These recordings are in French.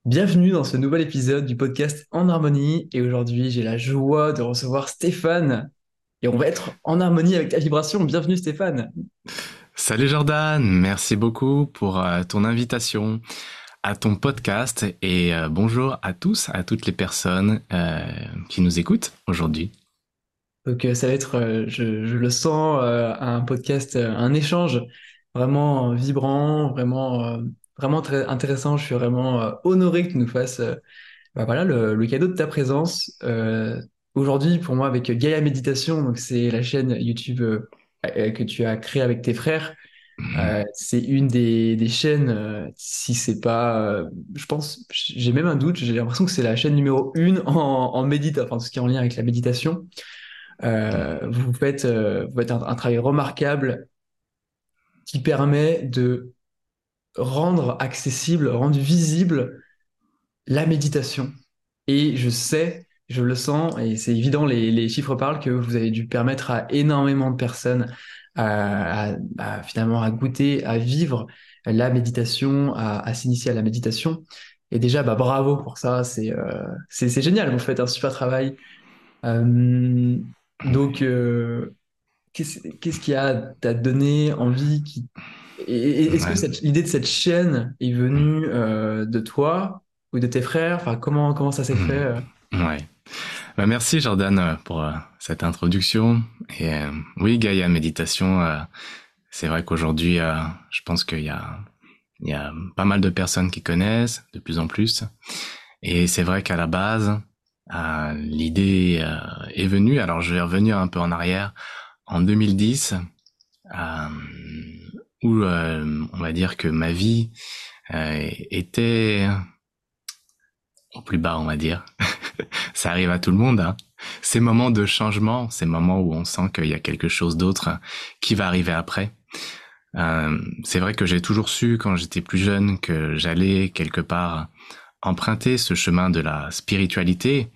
Bienvenue dans ce nouvel épisode du podcast En Harmonie et aujourd'hui j'ai la joie de recevoir Stéphane et on va être en harmonie avec ta vibration. Bienvenue Stéphane. Salut Jordan, merci beaucoup pour ton invitation à ton podcast et bonjour à tous, à toutes les personnes qui nous écoutent aujourd'hui. Donc ça va être, je le sens, un podcast, un échange vraiment vibrant, vraiment très intéressant. Je suis vraiment honoré que tu nous fasses voilà, le cadeau de ta présence aujourd'hui pour moi avec Gaia Méditation. Donc c'est la chaîne YouTube que tu as créée avec tes frères. C'est une des chaînes, si c'est pas, je pense, j'ai même un doute, j'ai l'impression que c'est la chaîne numéro une en méditation, enfin tout ce qui est en lien avec la méditation. Vous faites un travail remarquable qui permet de rendre accessible, rendre visible la méditation. Et je sais, je le sens, et c'est évident, les chiffres parlent que vous avez dû permettre à énormément de personnes finalement à goûter, à vivre la méditation, à s'initier à la méditation. Et déjà, bah, bravo pour ça, c'est génial, vous faites un super travail. Euh, donc, qu'est-ce qui t'a donné envie est-ce que Ouais. l'idée de cette chaîne est venue de toi ou de tes frères? Enfin, comment ça s'est fait? Ouais. Bah, merci Jordan pour cette introduction. Et oui, Gaïa Méditation, c'est vrai qu'aujourd'hui, je pense qu'il y a pas mal de personnes qui connaissent de plus en plus. Et c'est vrai qu'à la base, l'idée est venue. Alors je vais revenir un peu en arrière. En 2010, euh, où on va dire que ma vie était au plus bas, on va dire. Ça arrive à tout le monde, hein. Ces moments de changement, ces moments où on sent qu'il y a quelque chose d'autre qui va arriver après. C'est vrai que j'ai toujours su quand j'étais plus jeune que j'allais quelque part emprunter ce chemin de la spiritualité.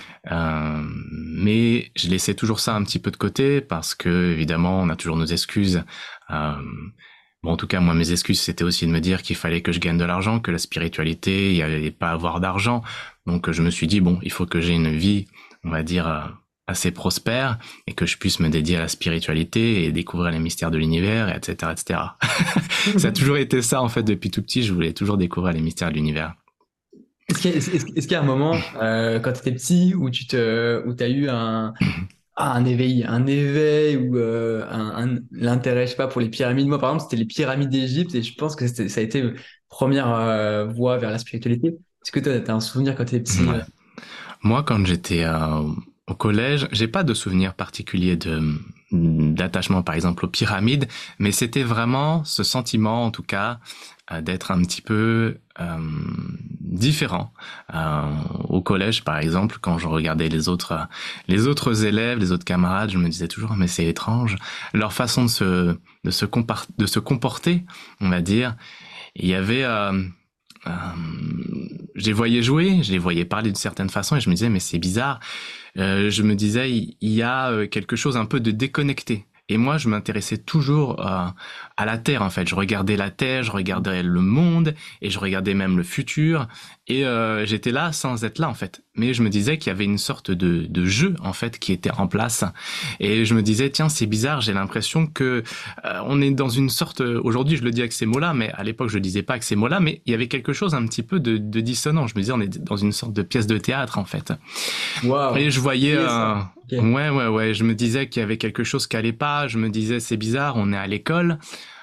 Mais je laissais toujours ça un petit peu de côté parce que évidemment on a toujours nos excuses. Euh, bon, en tout cas moi mes excuses c'était aussi de me dire qu'il fallait que je gagne de l'argent, que la spiritualité il y allait pas avoir d'argent. Donc je me suis dit bon il faut que j'ai une vie on va dire assez prospère et que je puisse me dédier à la spiritualité et découvrir les mystères de l'univers, etc., etc. Ça a toujours été ça en fait depuis tout petit. Je voulais toujours découvrir les mystères de l'univers. Est-ce qu'il y a un moment quand tu étais petit où où t'as eu un éveil ou l'intérêt, je sais pas, pour les pyramides? Moi, par exemple, c'était les pyramides d'Égypte et je pense que ça a été première voie vers la spiritualité. Est-ce que tu as un souvenir quand tu étais petit? Ouais. Moi, quand j'étais au collège, j'ai pas de souvenir particulier de d'attachement, par exemple, aux pyramides, mais c'était vraiment ce sentiment, en tout cas, d'être un petit peu différent. Au collège, par exemple, quand je regardais les autres élèves, les autres camarades, je me disais toujours, mais c'est étrange, leur façon de se comporter, on va dire. Il y avait euh, je les voyais jouer, je les voyais parler d'une certaine façon et je me disais mais c'est bizarre. Je me disais il y a quelque chose un peu de déconnecté. Et moi, je m'intéressais toujours à la Terre, en fait. Je regardais la Terre, je regardais le monde, et je regardais même le futur. Et j'étais là sans être là, en fait. Mais je me disais qu'il y avait une sorte de jeu, en fait, qui était en place. Et je me disais, tiens, c'est bizarre, j'ai l'impression que on est dans une sorte... Aujourd'hui, je le dis avec ces mots-là, mais à l'époque, je le disais pas avec ces mots-là, mais il y avait quelque chose un petit peu de dissonant. Je me disais, on est dans une sorte de pièce de théâtre, en fait. Et Waouh, je c'est voyais, lié ça. Ok. ouais. Je me disais qu'il y avait quelque chose qui allait pas. Je me disais c'est bizarre. On est à l'école.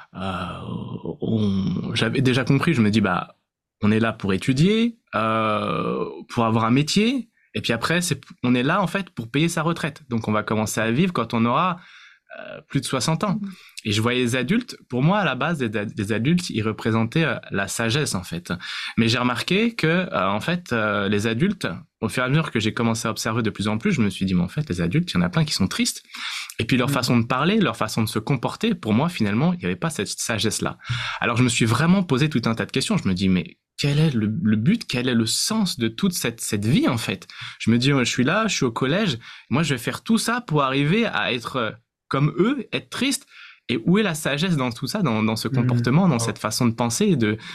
J'avais déjà compris. Je me dis bah on est là pour étudier, pour avoir un métier. Et puis après on est là en fait pour payer sa retraite. Donc on va commencer à vivre quand on aura plus de 60 ans. Et je voyais les adultes, pour moi, à la base, les adultes, ils représentaient la sagesse, en fait. Mais j'ai remarqué que, en fait, les adultes, au fur et à mesure que j'ai commencé à observer de plus en plus, je me suis dit, mais en fait, les adultes, il y en a plein qui sont tristes. Et puis leur façon de parler, leur façon de se comporter, pour moi, finalement, il n'y avait pas cette sagesse-là. Alors je me suis vraiment posé tout un tas de questions. Je me dis, mais quel est le but, quel est le sens de toute cette vie, en fait? Je me dis, je suis là, je suis au collège, moi, je vais faire tout ça pour arriver à être comme eux, être triste. Et où est la sagesse dans tout ça, dans ce comportement, dans cette Wow. façon de penser,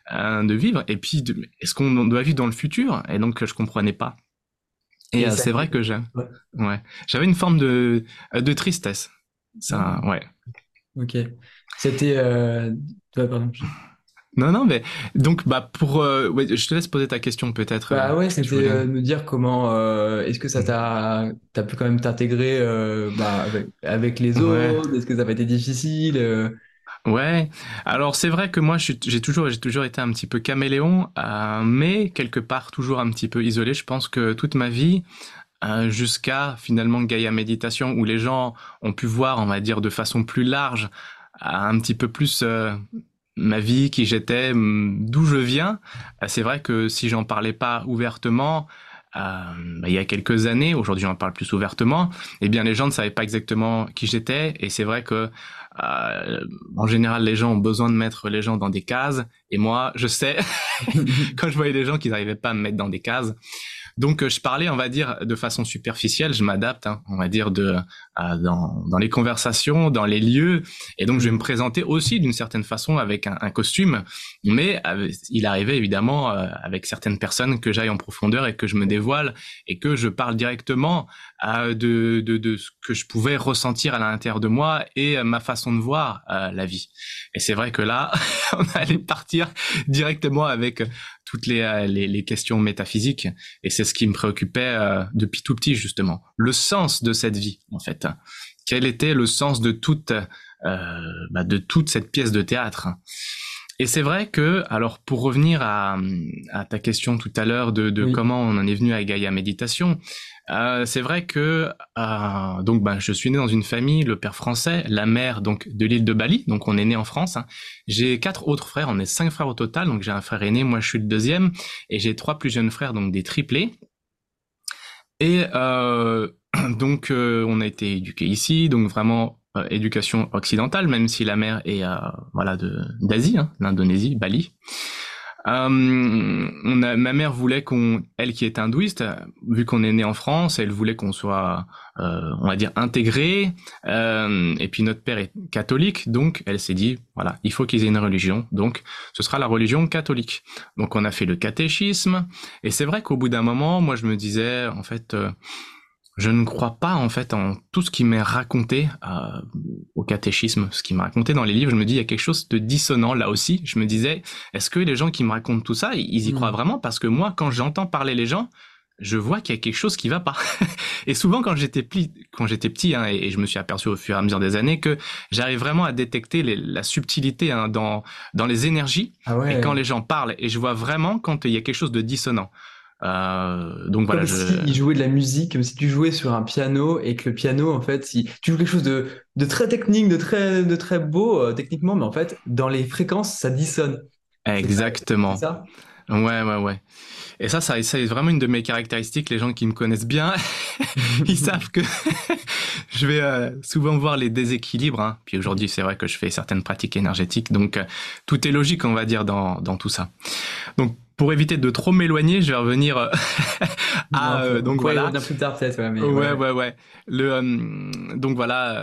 de vivre. Et puis, est-ce qu'on doit vivre dans le futur? Et donc, je comprenais pas. Et Et ça, c'est vrai que ouais, ouais, j'avais une forme de tristesse. Ça, ah, ouais. ok. C'était, ouais, pardon. Non, non, mais donc, bah, ouais, je te laisse poser ta question peut-être. Bah ouais, Tu c'était voulais. de me dire comment est-ce que t'as pu quand même t'intégrer bah, avec les Ouais. autres, est-ce que ça va été difficile Ouais, alors c'est vrai que moi j'ai toujours été un petit peu caméléon, mais quelque part toujours un petit peu isolé. Je pense que toute ma vie, jusqu'à finalement Gaïa Méditation, où les gens ont pu voir, on va dire, de façon plus large, un petit peu plus ma vie, qui j'étais, d'où je viens. C'est vrai que si j'en parlais pas ouvertement, il y a quelques années, aujourd'hui j'en parle plus ouvertement, eh bien les gens ne savaient pas exactement qui j'étais, et c'est vrai que en général les gens ont besoin de mettre les gens dans des cases, et moi je sais quand je voyais des gens qui n'arrivaient pas à me mettre dans des cases, donc je parlais, on va dire, de façon superficielle, je m'adapte, hein, on va dire, dans les conversations, dans les lieux, et donc je vais me Hmm. présenter aussi d'une certaine façon avec un costume, mais il arrivait évidemment avec certaines personnes que j'aille en profondeur et que je me dévoile et que je parle directement de ce que je pouvais ressentir à l'intérieur de moi et ma façon de voir la vie. Et c'est vrai que là, on allait partir directement avec toutes les questions métaphysiques, et c'est ce qui me préoccupait depuis tout petit, justement. Le sens de cette vie, en fait. Quel était le sens de toute cette pièce de théâtre? Et c'est vrai que, alors pour revenir à ta question tout à l'heure de Oui. comment on en est venu à Gaïa Méditation, c'est vrai que donc je suis né dans une famille, le père français, la mère donc de l'île de Bali, donc on est né en France, hein. J'ai 4 autres frères, on est 5 frères au total, donc j'ai un frère aîné, moi je suis le deuxième, et j'ai 3 plus jeunes frères, donc des triplés. Et donc on a été éduqués ici, donc vraiment éducation occidentale, même si la mère est voilà d'Asie, hein, l'Indonésie, Bali. Ma mère voulait elle qui est hindouiste, vu qu'on est né en France, elle voulait qu'on soit, on va dire, intégré. Et puis notre père est catholique, donc elle s'est dit, voilà, il faut qu'ils aient une religion, donc ce sera la religion catholique. Donc on a fait le catéchisme, et c'est vrai qu'au bout d'un moment, moi je me disais, en fait, je ne crois pas en fait en tout ce qui m'est raconté au catéchisme, ce qui m'est raconté dans les livres. Je me dis il y a quelque chose de dissonant là aussi. Je me disais est-ce que les gens qui me racontent tout ça, ils y croient Hmm. vraiment? Parce que moi, quand j'entends parler les gens, je vois qu'il y a quelque chose qui va pas. Et souvent quand j'étais petit, hein, et je me suis aperçu au fur et à mesure des années que j'arrive vraiment à détecter la subtilité, hein, dans les énergies, Ah et quand ouais. les gens parlent, et je vois vraiment quand il y a quelque chose de dissonant. Donc voilà, Comme si il jouait de la musique, comme si tu jouais sur un piano et que le piano, en fait, si tu joues quelque chose de très technique, de très beau techniquement, mais en fait, dans les fréquences, ça dissonne. C'est exactement. ça? Ouais, ouais, ouais. Et ça c'est vraiment une de mes caractéristiques. Les gens qui me connaissent bien, ils savent que je vais souvent voir les déséquilibres, hein. Puis aujourd'hui, c'est vrai que je fais certaines pratiques énergétiques, donc tout est logique, on va dire, dans tout ça. Donc, pour éviter de trop m'éloigner, je vais revenir Non, on donc pourrait y voilà. revenir plus tard peut-être, ouais, mais ouais, Ouais, ouais. ouais, ouais. Donc voilà,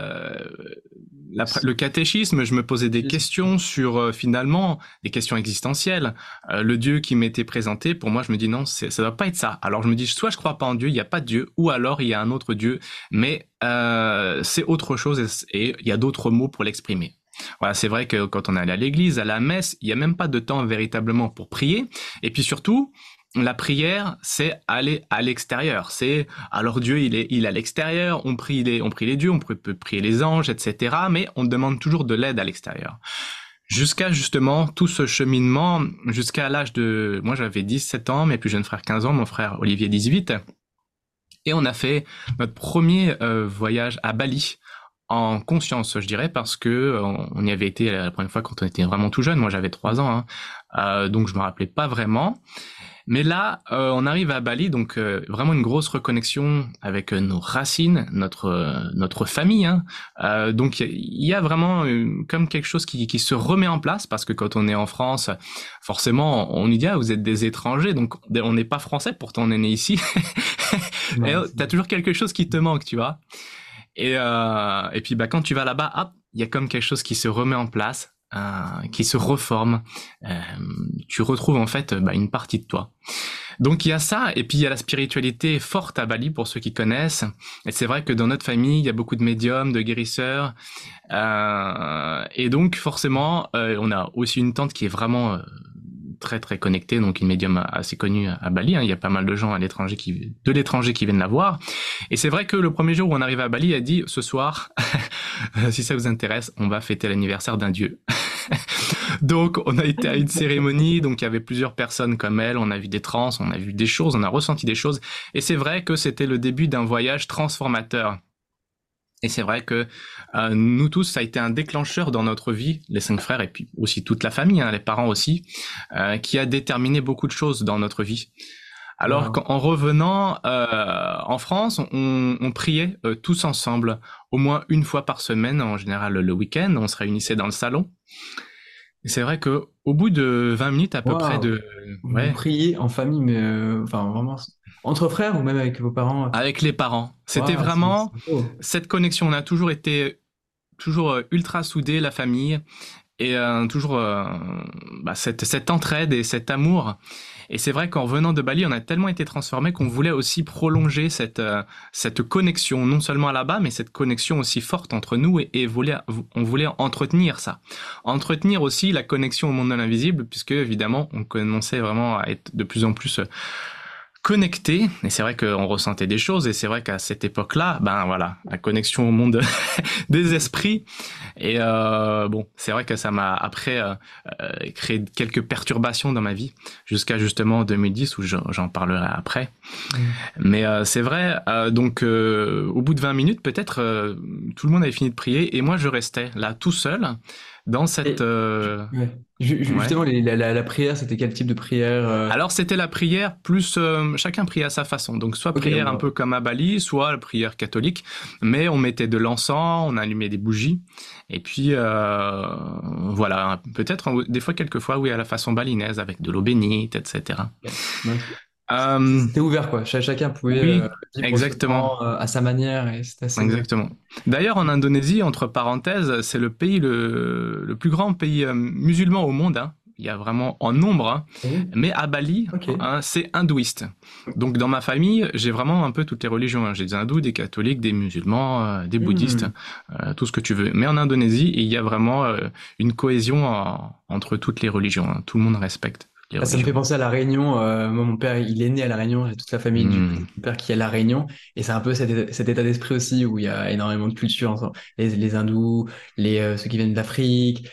le catéchisme, je me posais des questions sur finalement des questions existentielles. Le Dieu qui m'était présenté, pour moi, je me dis non, ça doit pas être ça. Alors je me dis soit je crois pas en Dieu, il y a pas de Dieu, ou alors il y a un autre Dieu, mais c'est autre chose, et il y a d'autres mots pour l'exprimer. Voilà, c'est vrai que quand on allait à l'église, à la messe, il y a même pas de temps véritablement pour prier. Et puis surtout, la prière, c'est aller à l'extérieur. C'est alors Dieu, il est à l'extérieur. On prie les dieux, peut prier les anges, etc. Mais on demande toujours de l'aide à l'extérieur. Jusqu'à justement tout ce cheminement, jusqu'à l'âge de, moi j'avais 17 ans, mes plus jeunes frères 15 ans, mon frère Olivier 18, et on a fait notre premier voyage à Bali en conscience, je dirais, parce que on y avait été la première fois quand on était vraiment tout jeune. Moi j'avais 3 ans, hein. Donc je me rappelais pas vraiment. Mais là, on arrive à Bali, donc vraiment une grosse reconnexion avec nos racines, notre famille, hein. Donc il y a vraiment comme quelque chose qui se remet en place, parce que quand on est en France, forcément, on nous dit ah, vous êtes des étrangers, donc on n'est pas français, pourtant on est né ici. Et Non, t'as toujours quelque chose qui te manque, tu vois. Et puis quand tu vas là-bas, hop, il y a comme quelque chose qui se remet en place. qui se reforme. Euh, Tu retrouves en fait une partie de toi. Donc il y a ça, et puis il y a la spiritualité forte à Bali pour ceux qui connaissent. Et c'est vrai que dans notre famille, il y a beaucoup de médiums, de guérisseurs, et donc forcément, on a aussi une tante qui est vraiment très très connectée, donc une médium assez connue à Bali. Hein. Il y a pas mal de gens de l'étranger qui viennent la voir. Et c'est vrai que le premier jour où on arrive à Bali, elle dit ce soir, si ça vous intéresse, on va fêter l'anniversaire d'un dieu. Donc, on a été à une cérémonie, donc il y avait plusieurs personnes comme elle, on a vu des trans, on a vu des choses, on a ressenti des choses, et c'est vrai que c'était le début d'un voyage transformateur. Et c'est vrai que nous tous, ça a été un déclencheur dans notre vie, les 5 frères, et puis aussi toute la famille, hein, les parents aussi, qui a déterminé beaucoup de choses dans notre vie. Alors Wow. qu'en revenant en France, on priait tous ensemble, au moins une fois par semaine, en général le week-end, on se réunissait dans le salon. Et c'est vrai que au bout de 20 minutes à peu près Wow. de... Vous Ouais, priez en famille, mais enfin vraiment entre frères ou même avec vos parents. avec les parents. C'était Wow, vraiment c'est beau. cette connexion. On a toujours été toujours ultra soudés, la famille, et toujours cette entraide et cet amour. Et c'est vrai qu'en venant de Bali, on a tellement été transformés qu'on voulait aussi prolonger cette connexion, non seulement là-bas, mais cette connexion aussi forte entre nous on voulait entretenir ça. Entretenir aussi la connexion au monde de l'invisible, puisque évidemment, on commençait vraiment à être de plus en plus connecté, et c'est vrai qu'on ressentait des choses, et c'est vrai qu'à cette époque-là, la connexion au monde des esprits, et bon, c'est vrai que ça m'a après créé quelques perturbations dans ma vie, jusqu'à justement 2010, où j'en parlerai après. Mm. Mais c'est vrai, donc au bout de 20 minutes, peut-être, tout le monde avait fini de prier, et moi je restais là tout seul, dans cette... Et ouais. Ouais. Justement, la prière, c'était quel type de prière Alors c'était la prière plus chacun priait à sa façon. Donc soit Ok, prière un peu wow. comme à Bali, soit la prière catholique, mais on mettait de l'encens, on allumait des bougies et puis voilà, peut-être des fois quelquefois oui à la façon balinaise avec de l'eau bénite, etc. Ok. Donc, Euh, c'était ouvert, quoi. Chacun pouvait oui, vivre ce exactement. temps à sa manière et c'était assez ouvert. Exactement. D'ailleurs, en Indonésie, entre parenthèses, c'est le pays le plus grand pays musulman au monde. Hein. Il y a vraiment en nombre. Hein. Oui. Mais à Bali, Ok. hein, c'est hindouiste. Donc dans ma famille, j'ai vraiment un peu toutes les religions. Hein. J'ai des hindous, des catholiques, des musulmans, des bouddhistes, Hmm. tout ce que tu veux. Mais en Indonésie, il y a vraiment une cohésion entre toutes les religions. Hein. Tout le monde respecte les Ah, ça me fait religions. penser à La Réunion. Moi, mon père, il est né à La Réunion. J'ai toute la famille du Hmm. mon père qui est à La Réunion. Et c'est un peu cet état d'esprit aussi où il y a énormément de cultures ensemble. Les hindous, ceux qui viennent d'Afrique,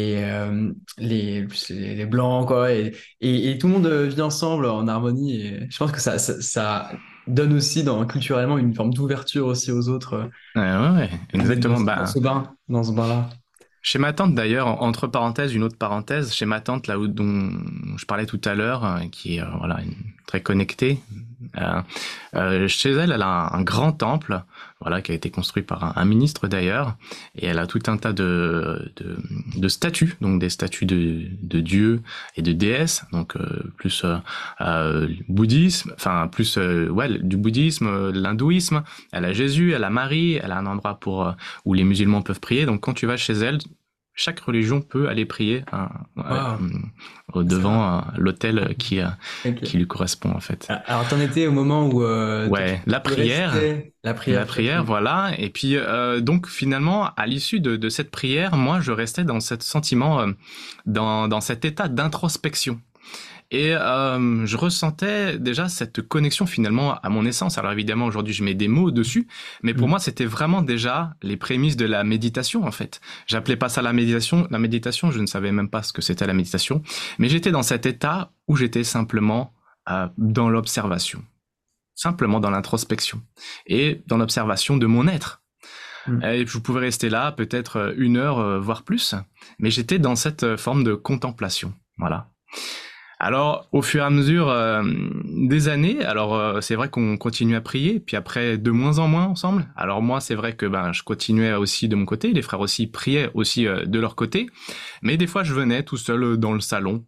les blancs, quoi. Et tout le monde vit ensemble en harmonie. Et je pense que ça donne aussi culturellement une forme d'ouverture aussi aux autres Ouais, de mettre exactement. dans ce bain, dans ce bain-là. Chez ma tante d'ailleurs, entre parenthèses, une autre parenthèse, chez ma tante là où dont je parlais tout à l'heure, qui est voilà très connectée. euh, Chez elle, elle a un grand temple, voilà, qui a été construit par un ministre d'ailleurs, et elle a tout un tas de statues, donc des statues de dieux et de déesses, donc plus bouddhisme, enfin plus ouais du bouddhisme, l'hindouisme. Elle a Jésus, elle a Marie, elle a un endroit pour où les musulmans peuvent prier. Donc quand tu vas chez elle, chaque religion peut aller prier Waouh, au c'est rare. devant l'autel qui Ok. lui correspond en fait. Alors, t'en étais au moment où Ouais, la tu prière, restais la prière, tout à fait. voilà. Et puis donc finalement, à l'issue de cette prière, moi je restais dans ce sentiment, dans cet état d'introspection. Et je ressentais déjà cette connexion finalement à mon essence. Alors évidemment aujourd'hui je mets des mots dessus, mais pour Mm. moi c'était vraiment déjà les prémices de la méditation en fait. J'appelais pas ça la méditation. La méditation, je ne savais même pas ce que c'était la méditation, mais j'étais dans cet état où j'étais simplement dans l'observation, simplement dans l'introspection et dans l'observation de mon être. Mm. Et je pouvais rester là peut-être 1 heure, voire plus, mais j'étais dans cette forme de contemplation. Voilà. Alors, au fur et à mesure des années, alors c'est vrai qu'on continue à prier, puis après de moins en moins ensemble. Alors moi, c'est vrai que je continuais aussi de mon côté, les frères aussi priaient aussi de leur côté, mais des fois je venais tout seul dans le salon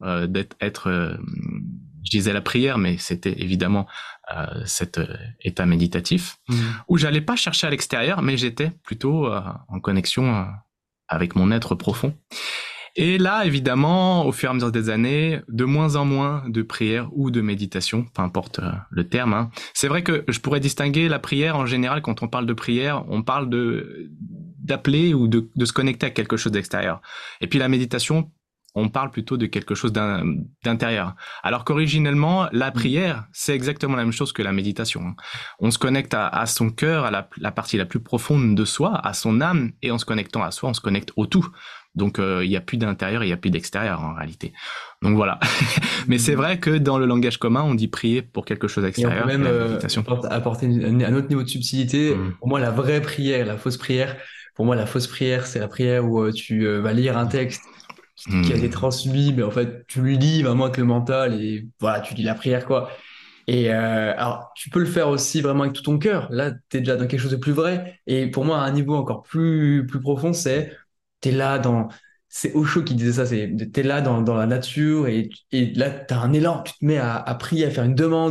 je disais la prière, mais c'était évidemment cet état méditatif Mm. où j'allais pas chercher à l'extérieur, mais j'étais plutôt en connexion avec mon être profond. Et là, évidemment, au fur et à mesure des années, de moins en moins de prières ou de méditation, peu importe le terme, hein. C'est vrai que je pourrais distinguer la prière en général. Quand on parle de prière, on parle de d'appeler ou de se connecter à quelque chose d'extérieur. Et puis la méditation, on parle plutôt de quelque chose d'intérieur. Alors qu'originellement, la Mm. prière, c'est exactement la même chose que la méditation, hein. On se connecte à son cœur, à la partie la plus profonde de soi, à son âme, et en se connectant à soi, on se connecte au tout. Donc il y a plus d'intérieur, il y a plus d'extérieur en réalité. Donc voilà. Mais c'est Mm. vrai que dans le langage commun, on dit prier pour quelque chose Et on peut d'extérieur et même, la je méditation. pense, apporter un autre niveau de subtilité. Mm. Pour moi, la vraie prière, la fausse prière, pour moi, la fausse prière, c'est la prière où tu vas lire un texte qui a été Mm. transmis, mais en fait, tu le lis vraiment avec le mental et voilà, tu lis la prière, quoi. Et alors, tu peux le faire aussi vraiment avec tout ton cœur. Là, tu es déjà dans quelque chose de plus vrai. Et pour moi, à un niveau encore plus profond, t'es là dans. C'est Osho qui disait ça, t'es là dans la nature et là, tu as un élan, tu te mets à prier, à faire une demande.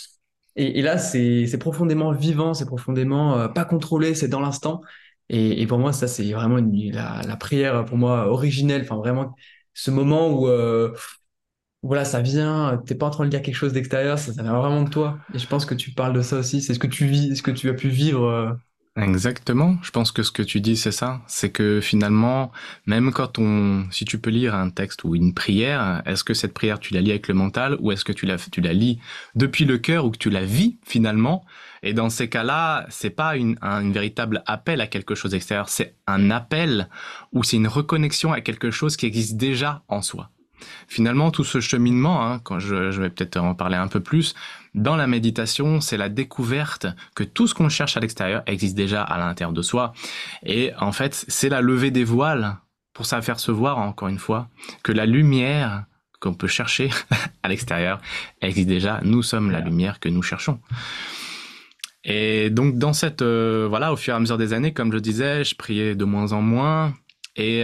Et là, c'est profondément vivant, c'est profondément pas contrôlé, c'est dans l'instant. Et pour moi, ça, c'est vraiment la prière, pour moi, originelle. Enfin, vraiment, ce moment où, voilà, ça vient, t'es pas en train de dire quelque chose d'extérieur, ça vient vraiment de toi. Et je pense que tu parles de ça aussi, c'est ce que tu vis, ce que tu as pu vivre. Exactement. Je pense que ce que tu dis, c'est ça. C'est que finalement, même si tu peux lire un texte ou une prière, est-ce que cette prière, tu la lis avec le mental ou est-ce que tu la lis depuis le cœur ou que tu la vis finalement? Et dans ces cas-là, c'est pas une véritable appel à quelque chose d'extérieur. C'est un appel ou c'est une reconnexion à quelque chose qui existe déjà en soi. Finalement, tout ce cheminement, hein, quand je vais peut-être en parler un peu plus, dans la méditation, c'est la découverte que tout ce qu'on cherche à l'extérieur existe déjà à l'intérieur de soi. Et en fait, c'est la levée des voiles pour s'apercevoir, encore une fois, que la lumière qu'on peut chercher à l'extérieur existe déjà. Nous sommes la lumière que nous cherchons. Et donc dans voilà, au fur et à mesure des années, comme je disais, je priais de moins en moins. Et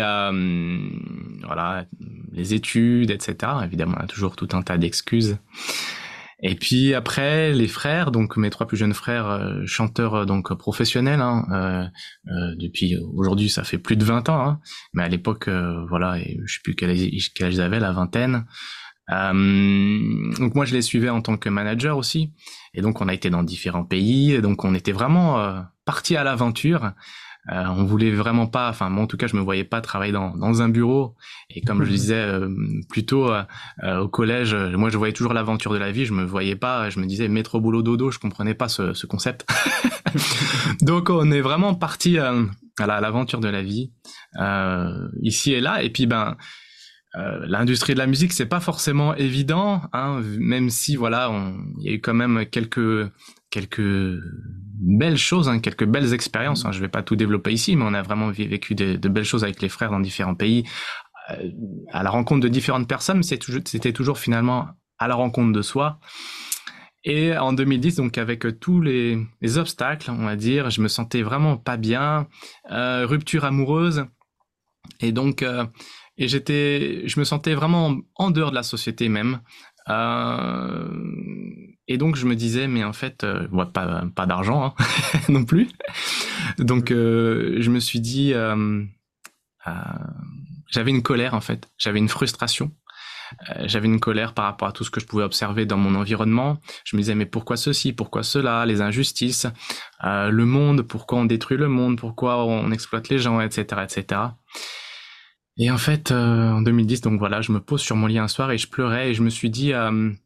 voilà, les études, etc. Évidemment, on a toujours tout un tas d'excuses. Et puis après, les frères, donc mes trois plus jeunes frères, chanteurs donc professionnels, hein, depuis aujourd'hui, ça fait plus de 20 ans. Hein, mais à l'époque, voilà, et je sais plus quel âge ils avaient, la vingtaine. Donc moi, je les suivais en tant que manager aussi. Et donc, on a été dans différents pays. Donc, on était vraiment partis à l'aventure. On voulait vraiment pas, enfin moi en tout cas je me voyais pas travailler dans un bureau. Et comme je disais plus tôt au collège, moi je voyais toujours l'aventure de la vie, je me voyais pas, je me disais métro boulot dodo, je comprenais pas ce concept. Donc on est vraiment parti à l'aventure de la vie ici et là. Et puis l'industrie de la musique c'est pas forcément évident, hein, même si voilà il y a eu quand même quelques belles choses, hein, quelques belles expériences. Hein. Je vais pas tout développer ici, mais on a vraiment vécu de belles choses avec les frères dans différents pays, à la rencontre de différentes personnes. C'était toujours finalement à la rencontre de soi. Et en 2010, donc avec tous les obstacles, on va dire, je me sentais vraiment pas bien, rupture amoureuse, et donc je me sentais vraiment en dehors de la société même. Euh, et donc je me disais, mais en fait, pas d'argent hein, non plus. Donc je me suis dit, euh, j'avais une colère en fait, j'avais une frustration. J'avais une colère par rapport à tout ce que je pouvais observer dans mon environnement. Je me disais, mais pourquoi ceci, pourquoi cela, les injustices, le monde, pourquoi on détruit le monde, pourquoi on exploite les gens, etc., etc. Et en fait, en 2010, donc voilà, je me pose sur mon lit un soir et je pleurais et je me suis dit,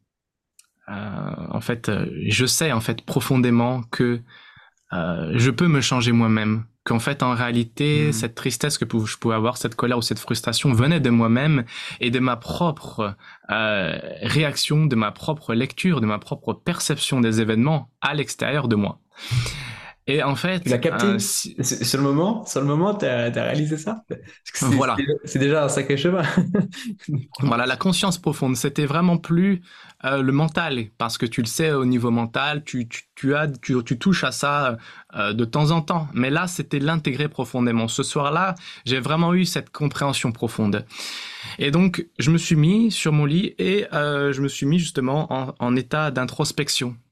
en fait, je sais en fait profondément que je peux me changer moi-même. Qu'en fait, en réalité, Hmm. cette tristesse que je pouvais avoir, cette colère ou cette frustration venait de moi-même et de ma propre réaction, de ma propre lecture, de ma propre perception des événements à l'extérieur de moi. Et en Tu l'as fait, capté? Sur le moment, t'as réalisé ça? Parce que voilà. c'est déjà un sacré chemin. Voilà, la conscience profonde, c'était vraiment plus le mental, parce que tu le sais, au niveau mental, tu touches à ça de temps en temps. Mais là, c'était l'intégrer profondément. Ce soir-là, j'ai vraiment eu cette compréhension profonde. Et donc, je me suis mis sur mon lit et je me suis mis justement en état d'introspection.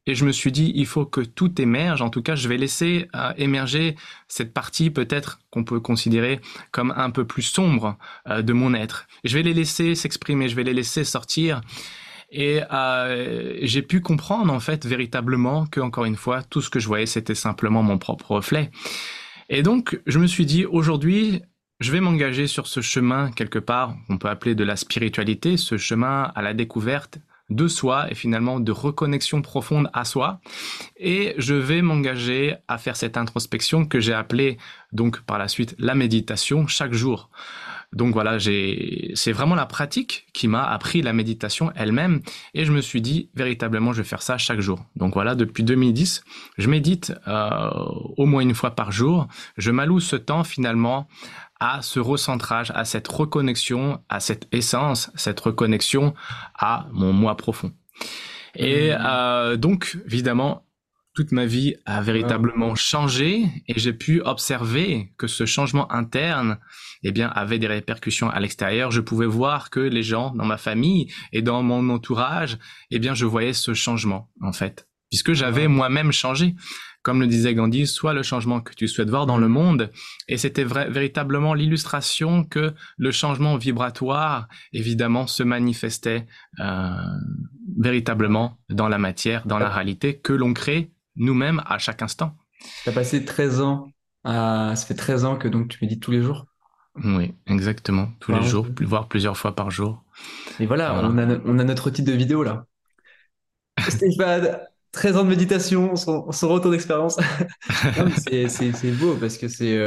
et je me suis dit, il faut que tout émerge. En tout cas, je vais laisser émerger cette partie peut-être qu'on peut considérer comme un peu plus sombre de mon être. Je vais les laisser s'exprimer, je vais les laisser sortir. Et j'ai pu comprendre en fait véritablement que, encore une fois, tout ce que je voyais, c'était simplement mon propre reflet. Et donc, je me suis dit, aujourd'hui, je vais m'engager sur ce chemin, quelque part, on peut appeler de la spiritualité, ce chemin à la découverte de soi et finalement de reconnexion profonde à soi. Et je vais m'engager à faire cette introspection que j'ai appelée, donc par la suite, la méditation chaque jour. Donc voilà, c'est vraiment la pratique qui m'a appris la méditation elle-même et je me suis dit véritablement je vais faire ça chaque jour. Donc voilà, depuis 2010, je médite au moins une fois par jour. Je m'alloue ce temps finalement à ce recentrage, à cette reconnexion, à cette essence, cette reconnexion à mon moi profond. Et donc évidemment, toute ma vie a Wow. véritablement changé et j'ai pu observer que ce changement interne, eh bien, avait des répercussions à l'extérieur. Je pouvais voir que les gens dans ma famille et dans mon entourage, eh bien, je voyais ce changement, en fait, puisque j'avais Wow. moi-même changé. Comme le disait Gandhi, sois le changement que tu souhaites voir dans le monde. Et c'était véritablement l'illustration que le changement vibratoire, évidemment, se manifestait véritablement dans la matière, dans la T'as réalité que l'on crée nous-mêmes à chaque instant. t'as passé 13 ans ça fait 13 ans que donc tu médites tous les jours. Oui, exactement. Tous les jours, Wow. voire plusieurs fois par jour. Et voilà, Voilà. on a notre titre de vidéo là. Stéphane, 13 ans de méditation, son retour d'expérience. Non, mais c'est beau parce que c'est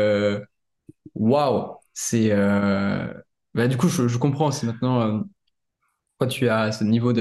waouh, c'est bah, du coup je comprends aussi maintenant quand tu as ce niveau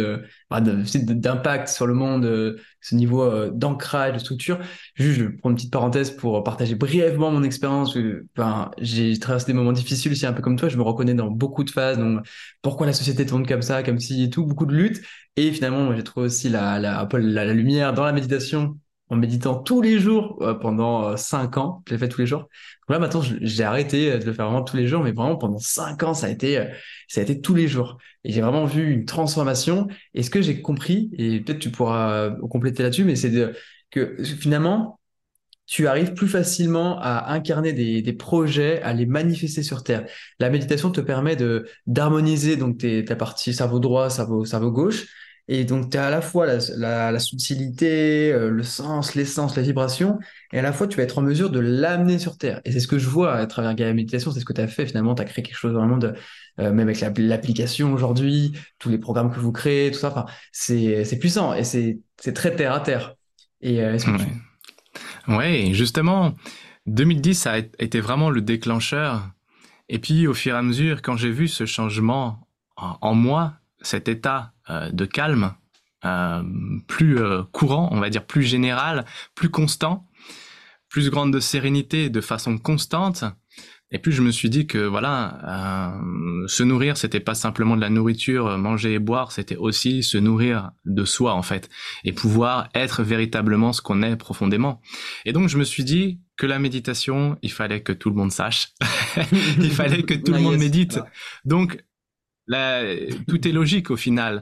d'impact sur le monde, ce niveau d'ancrage, de structure. Juste, je prends une petite parenthèse pour partager brièvement mon expérience. Ben, j'ai traversé des moments difficiles aussi, un peu comme toi. Je me reconnais dans beaucoup de phases. Donc, pourquoi la société tourne comme ça, comme si et tout, beaucoup de luttes. Et finalement, moi, j'ai trouvé aussi un peu la lumière dans la méditation. En méditant tous les jours pendant 5 ans, je l'ai fait tous les jours. Donc là, maintenant, j'ai arrêté de le faire vraiment tous les jours, mais vraiment pendant 5 ans, ça a été tous les jours. Et j'ai vraiment vu une transformation. Et ce que j'ai compris, et peut-être tu pourras compléter là-dessus, mais que finalement, tu arrives plus facilement à incarner des projets, à les manifester sur Terre. La méditation te permet d'harmoniser donc ta partie cerveau droit, cerveau gauche. Et donc, tu as à la fois la subtilité, le sens, l'essence, la vibration, et à la fois, tu vas être en mesure de l'amener sur Terre. Et c'est ce que je vois à travers Gaia Méditation, c'est ce que tu as fait finalement, tu as créé quelque chose vraiment même avec l'application aujourd'hui, tous les programmes que vous créez, tout ça, enfin, c'est puissant et c'est très terre à terre. Et est-ce que tu... Ouais. Ouais, et justement, 2010 ça a été vraiment le déclencheur. Et puis, au fur et à mesure, quand j'ai vu ce changement en moi, cet état de calme, euh, plus courant, on va dire plus général, plus constant, plus grande de sérénité de façon constante. Et puis je me suis dit que voilà, se nourrir, c'était pas simplement de la nourriture, manger et boire, c'était aussi se nourrir de soi en fait, et pouvoir être véritablement ce qu'on est profondément. Et donc je me suis dit que la méditation, il fallait que tout le monde sache, il fallait que tout Ah, le monde yes. médite. Voilà. Donc là, tout est logique au final.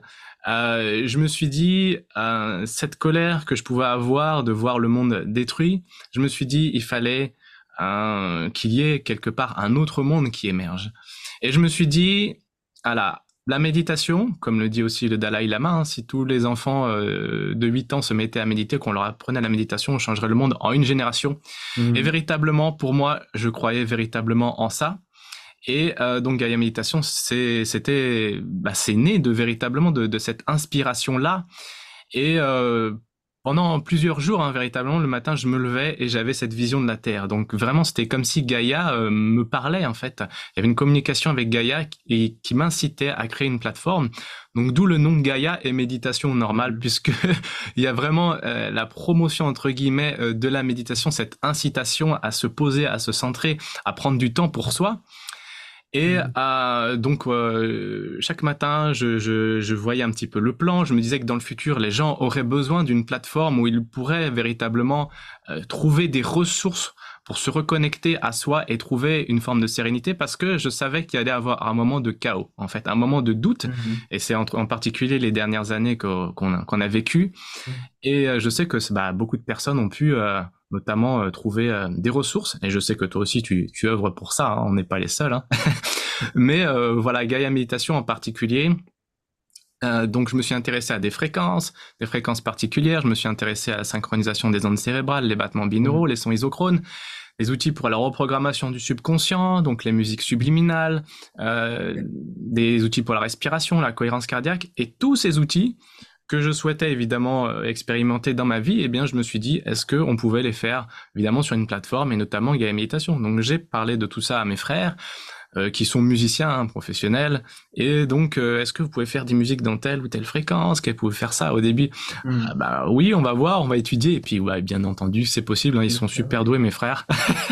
Je me suis dit, cette colère que je pouvais avoir de voir le monde détruit, je me suis dit, il fallait qu'il y ait quelque part un autre monde qui émerge. Et je me suis dit, la méditation, comme le dit aussi le Dalai Lama, hein, si tous les enfants de 8 ans se mettaient à méditer, qu'on leur apprenait la méditation, on changerait le monde en une génération. Et Mhm. véritablement, pour moi, je croyais véritablement en ça. Et donc Gaia Méditation, c'est né de véritablement de cette inspiration-là. Et pendant plusieurs jours, hein, véritablement, le matin, je me levais et j'avais cette vision de la Terre. Donc vraiment, c'était comme si Gaïa me parlait en fait. Il y avait une communication avec Gaïa qui m'incitait à créer une plateforme. Donc d'où le nom Gaïa et méditation normale, puisque il y a vraiment la promotion entre guillemets de la méditation, cette incitation à se poser, à se centrer, à prendre du temps pour soi. Et Mhm. donc chaque matin, je voyais un petit peu le plan. Je me disais que dans le futur, les gens auraient besoin d'une plateforme où ils pourraient véritablement trouver des ressources pour se reconnecter à soi et trouver une forme de sérénité, parce que je savais qu'il y allait avoir un moment de chaos, en fait, un moment de doute, Mhm. et c'est en particulier les dernières années qu'on a vécu. Et je sais que beaucoup de personnes ont pu notamment trouver des ressources, et je sais que toi aussi tu œuvres pour ça, hein, on n'est pas les seuls, hein. Mais voilà, Gaia Méditation en particulier. Donc je me suis intéressé à des fréquences particulières. Je me suis intéressé à la synchronisation des ondes cérébrales, les battements binauraux, Mhm. les sons isochrones, les outils pour la reprogrammation du subconscient, donc les musiques subliminales, des outils pour la respiration, la cohérence cardiaque, et tous ces outils que je souhaitais évidemment expérimenter dans ma vie, eh bien je me suis dit, est-ce que on pouvait les faire évidemment sur une plateforme, et notamment Gaia Méditation. Donc j'ai parlé de tout ça à mes frères, qui sont musiciens, hein, professionnels, et donc est-ce que vous pouvez faire des musiques dans telle ou telle fréquence, qu'elles pouvaient faire ça au début? Ah, Mhm. bah oui, on va voir, on va étudier, et puis ouais, bien entendu, c'est possible, hein, ils Bien sont sûr, super ouais. doués mes frères.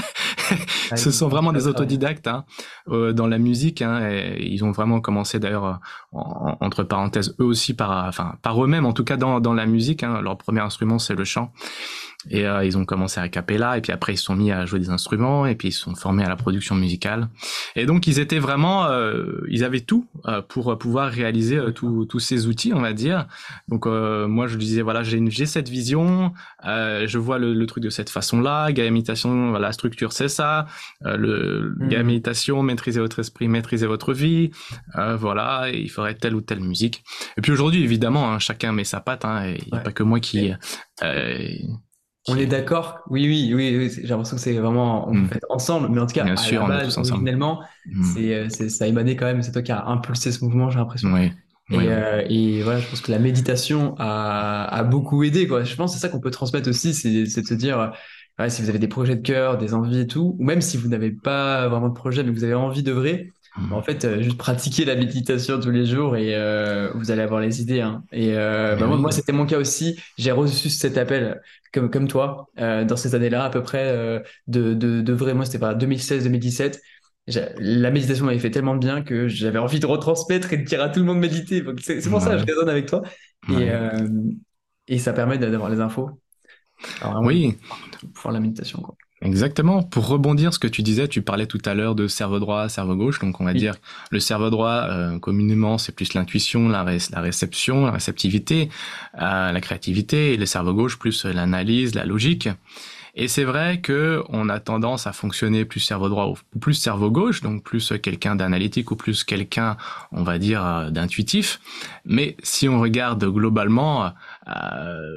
Ah, Ce sont ils ont vraiment fait le des travail. autodidactes, hein, dans la musique, hein, et ils ont vraiment commencé d'ailleurs entre parenthèses eux aussi par eux-mêmes, en tout cas dans la musique, hein, leur premier instrument c'est le chant. Et ils ont commencé à cappella, et puis après ils se sont mis à jouer des instruments, et puis ils se sont formés à la production musicale. Et donc ils étaient vraiment, ils avaient tout pour pouvoir réaliser D'accord. tous ces outils, on va dire. Donc moi je disais voilà, j'ai cette vision, je vois le truc de cette façon-là. Gaia Méditation, voilà, la structure c'est ça. Le Gaia Mhm. Méditation, maîtriser votre esprit, maîtriser votre vie. Voilà, et il faudrait telle ou telle musique. Et puis aujourd'hui évidemment, hein, chacun met sa patte. Hein, et il n'y a Ouais. pas que moi qui Et euh, on est qui d'accord? Oui, oui, oui, oui. J'ai l'impression que c'est vraiment, on Hmm. fait ensemble. Mais en tout cas, Bien à sûr, la on est base, tous ensemble. originellement, Hmm. ça a émané quand même. C'est toi qui as impulsé ce mouvement, j'ai l'impression. Oui, oui, oui. Et voilà, je pense que la méditation a beaucoup aidé, quoi. Je pense que c'est ça qu'on peut transmettre aussi, c'est de se dire, ouais, si vous avez des projets de cœur, des envies et tout, ou même si vous n'avez pas vraiment de projet, mais que vous avez envie d'œuvrer, bah, en Hmm. fait, juste pratiquer la méditation tous les jours et vous allez avoir les idées, hein. Et Mais bah, moi, oui. c'était mon cas aussi. J'ai reçu cet appel, comme toi, dans ces années-là, à peu près, d'œuvrer. Moi, c'était pas 2016-2017. La méditation m'avait fait tellement de bien que j'avais envie de retransmettre et de dire à tout le monde de méditer. Donc, c'est pour ça que je Ouais, raisonne avec toi. Et, ouais. euh, et ça permet d'avoir les infos. Alors, vraiment, Oui, pour faire la méditation, quoi. exactement. Pour rebondir ce que tu disais, tu parlais tout à l'heure de cerveau droit, cerveau gauche. Donc on va Oui. dire le cerveau droit, communément, c'est plus l'intuition, la réception, la réceptivité, la créativité, et le cerveau gauche plus l'analyse, la logique. Et c'est vrai que on a tendance à fonctionner plus cerveau droit ou plus cerveau gauche, donc plus quelqu'un d'analytique ou plus quelqu'un, on va dire, d'intuitif. Mais si on regarde globalement, euh,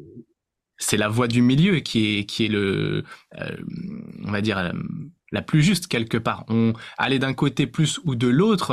c'est la voie du milieu qui est euh, on va dire, la plus juste quelque part. On aller d'un côté plus ou de l'autre,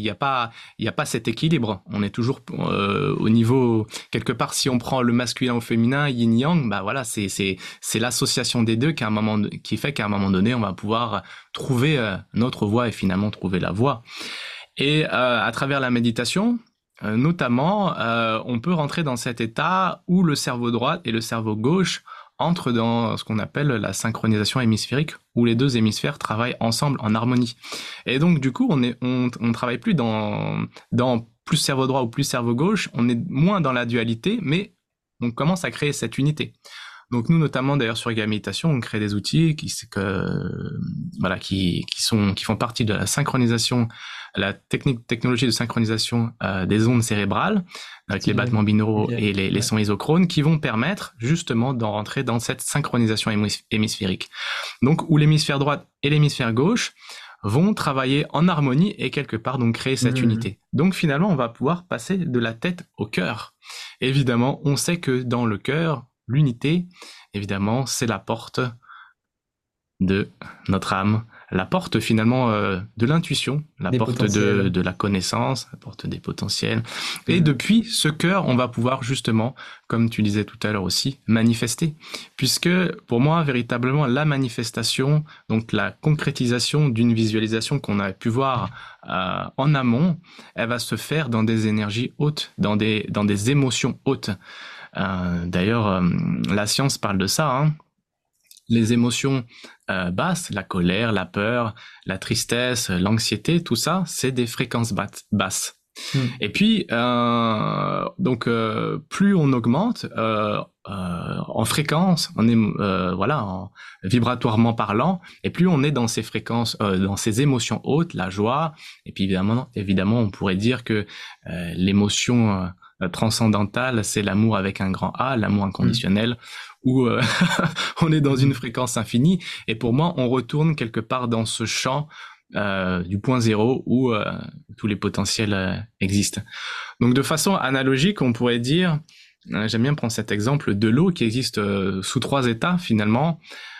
il n'y a pas cet équilibre. On est toujours au niveau quelque part. Si on prend le masculin au féminin, yin yang, bah voilà, c'est l'association des deux qui fait qu'à un moment donné, on va pouvoir trouver notre voie et finalement trouver la voie. Et à travers la méditation, notamment, on peut rentrer dans cet état où le cerveau droit et le cerveau gauche entrent dans ce qu'on appelle la synchronisation hémisphérique, où les deux hémisphères travaillent ensemble en harmonie. Et donc, du coup, on travaille plus dans plus cerveau droit ou plus cerveau gauche, on est moins dans la dualité, mais on commence à créer cette unité. Donc nous, notamment d'ailleurs sur Yoga Méditation, on crée des outils voilà, qui font partie de la synchronisation, la technologie de synchronisation des ondes cérébrales, avec les battements Stylé. Ok. binauraux et les Ouais. sons isochrones, qui vont permettre justement d'en rentrer dans cette synchronisation hémisphérique. Donc où l'hémisphère droit et l'hémisphère gauche vont travailler en harmonie et quelque part donc créer cette Mhm. unité. Donc finalement, on va pouvoir passer de la tête au cœur. Évidemment, on sait que dans le cœur, l'unité, évidemment, c'est la porte de notre âme, la porte finalement de l'intuition, la Des porte potentiels. de la connaissance, la porte des potentiels. Et Mhm. depuis ce cœur, on va pouvoir justement, comme tu disais tout à l'heure aussi, manifester. Puisque pour moi, véritablement, la manifestation, donc la concrétisation d'une visualisation qu'on a pu voir en amont, elle va se faire dans des énergies hautes, dans des émotions hautes. D'ailleurs, la science parle de ça, hein. Les émotions basses, la colère, la peur, la tristesse, l'anxiété, tout ça, c'est des fréquences basses. Mm. Et puis, plus on augmente en fréquence, on est vibratoirement parlant, et plus on est dans ces fréquences, dans ces émotions hautes, la joie. Et puis évidemment, on pourrait dire que l'émotion transcendantale, c'est l'amour avec un grand A, l'amour Mm. inconditionnel, où on est dans une Mm. fréquence infinie. Et pour moi, on retourne quelque part dans ce champ du point zéro où tous les potentiels existent. Donc de façon analogique, on pourrait dire, j'aime bien prendre cet exemple de l'eau qui existe sous trois états finalement.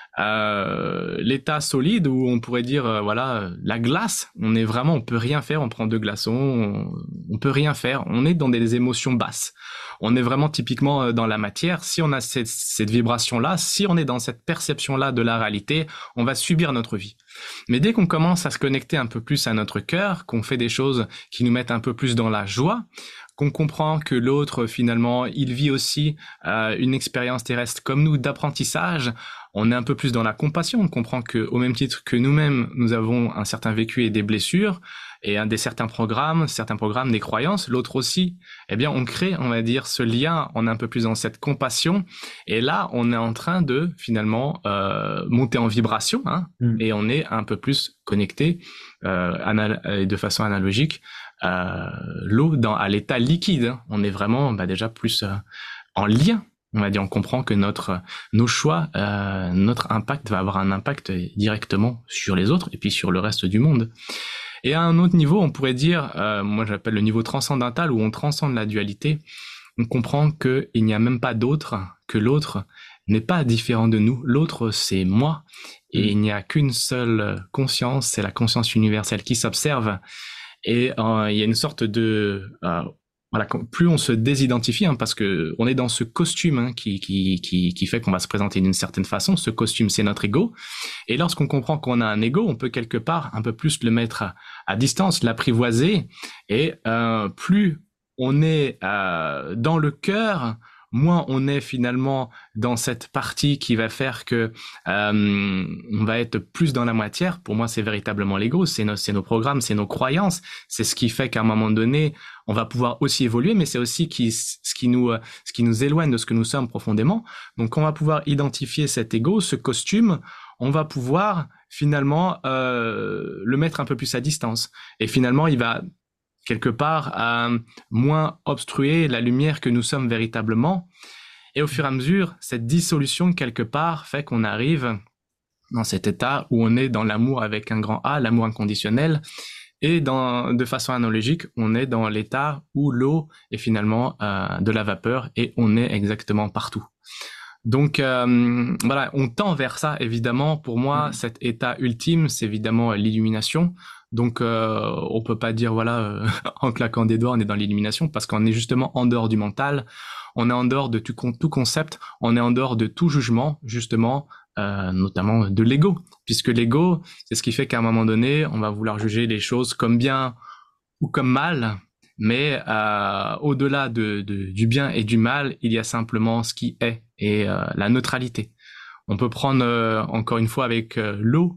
L'état solide où on pourrait dire la glace, on peut rien faire, on prend deux glaçons, on peut rien faire, on est dans des émotions basses. On est vraiment typiquement dans la matière. Si on a cette vibration là, si on est dans cette perception là de la réalité, on va subir notre vie. Mais dès qu'on commence à se connecter un peu plus à notre cœur, qu'on fait des choses qui nous mettent un peu plus dans la joie, qu'on comprend que l'autre, finalement, il vit aussi une expérience terrestre comme nous d'apprentissage, on est un peu plus dans la compassion, on comprend que au même titre que nous-mêmes, nous avons un certain vécu et des blessures, et certains programmes, des croyances, l'autre aussi, eh bien, on crée, on va dire, ce lien, on est un peu plus dans cette compassion, et là, on est en train de, finalement, monter en vibration, hein, Mm. et on est un peu plus connecté de façon analogique l'eau à l'état liquide. Hein. On est vraiment déjà plus en lien. On va dire, on comprend que nos choix, notre impact va avoir un impact directement sur les autres et puis sur le reste du monde. Et à un autre niveau, on pourrait dire, moi j'appelle le niveau transcendantal où on transcende la dualité. On comprend qu'il n'y a même pas d'autre, que l'autre n'est pas différent de nous. L'autre, c'est moi. Et il Mm. n'y a qu'une seule conscience, c'est la conscience universelle qui s'observe. Et il y a une sorte de plus on se désidentifie, hein, parce que on est dans ce costume hein, qui fait qu'on va se présenter d'une certaine façon. Ce costume, c'est notre ego. Et lorsqu'on comprend qu'on a un ego, on peut quelque part un peu plus le mettre à distance, l'apprivoiser. Et plus on est dans le cœur, moins on est finalement dans cette partie qui va faire que on va être plus dans la matière. Pour moi, c'est véritablement l'ego, c'est nos programmes, c'est nos croyances. C'est ce qui fait qu'à un moment donné, on va pouvoir aussi évoluer, mais c'est aussi ce qui nous éloigne de ce que nous sommes profondément. Donc, on va pouvoir identifier cet ego, ce costume. On va pouvoir finalement le mettre un peu plus à distance. Et finalement, il va quelque part moins obstruer la lumière que nous sommes véritablement. Et au fur et à mesure, cette dissolution quelque part fait qu'on arrive dans cet état où on est dans l'amour avec un grand A, l'amour inconditionnel, et de façon analogique, on est dans l'état où l'eau est finalement de la vapeur et on est exactement partout. Donc voilà, on tend vers ça évidemment. Pour moi, Mm. cet état ultime, c'est évidemment l'illumination. Donc on peut pas dire en claquant des doigts on est dans l'illumination parce qu'on est justement en dehors du mental, on est en dehors de tout concept, on est en dehors de tout jugement justement, notamment de l'ego, puisque l'ego c'est ce qui fait qu'à un moment donné on va vouloir juger les choses comme bien ou comme mal, mais au-delà du bien et du mal, il y a simplement ce qui est et la neutralité. On peut prendre encore une fois avec l'eau,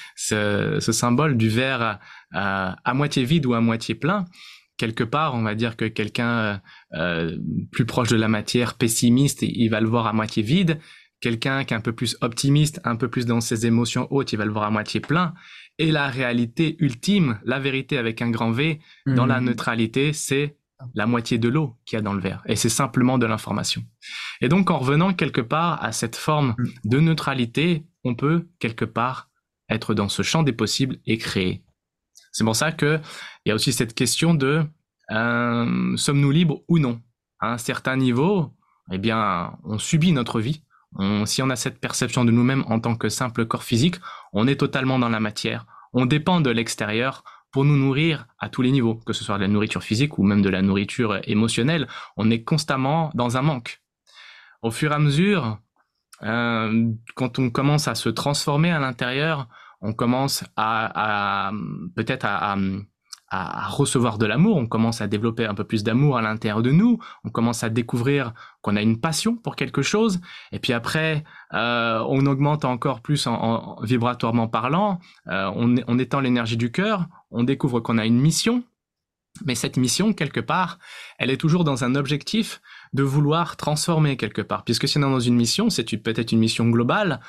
ce symbole du verre à moitié vide ou à moitié plein. Quelque part, on va dire que quelqu'un plus proche de la matière, pessimiste, il va le voir à moitié vide. Quelqu'un qui est un peu plus optimiste, un peu plus dans ses émotions hautes, il va le voir à moitié plein. Et la réalité ultime, la vérité avec un grand V, dans la Mm. neutralité, c'est la moitié de l'eau qu'il y a dans le verre. Et c'est simplement de l'information. Et donc, en revenant quelque part à cette forme Mm. de neutralité, on peut quelque part être dans ce champ des possibles et créer. C'est pour ça que il y a aussi cette question de sommes-nous libres ou non? À un certain niveau, eh bien, on subit notre vie. Si on a cette perception de nous-mêmes en tant que simple corps physique, on est totalement dans la matière. On dépend de l'extérieur pour nous nourrir à tous les niveaux, que ce soit de la nourriture physique ou même de la nourriture émotionnelle. On est constamment dans un manque. Au fur et à mesure, quand on commence à se transformer à l'intérieur, on commence peut-être à recevoir de l'amour, on commence à développer un peu plus d'amour à l'intérieur de nous, on commence à découvrir qu'on a une passion pour quelque chose, et puis après, on augmente encore plus en vibratoirement parlant, on étend l'énergie du cœur, on découvre qu'on a une mission, Mais cette mission, quelque part, elle est toujours dans un objectif de vouloir transformer quelque part. Puisque si on est dans une mission, c'est peut-être une mission globale,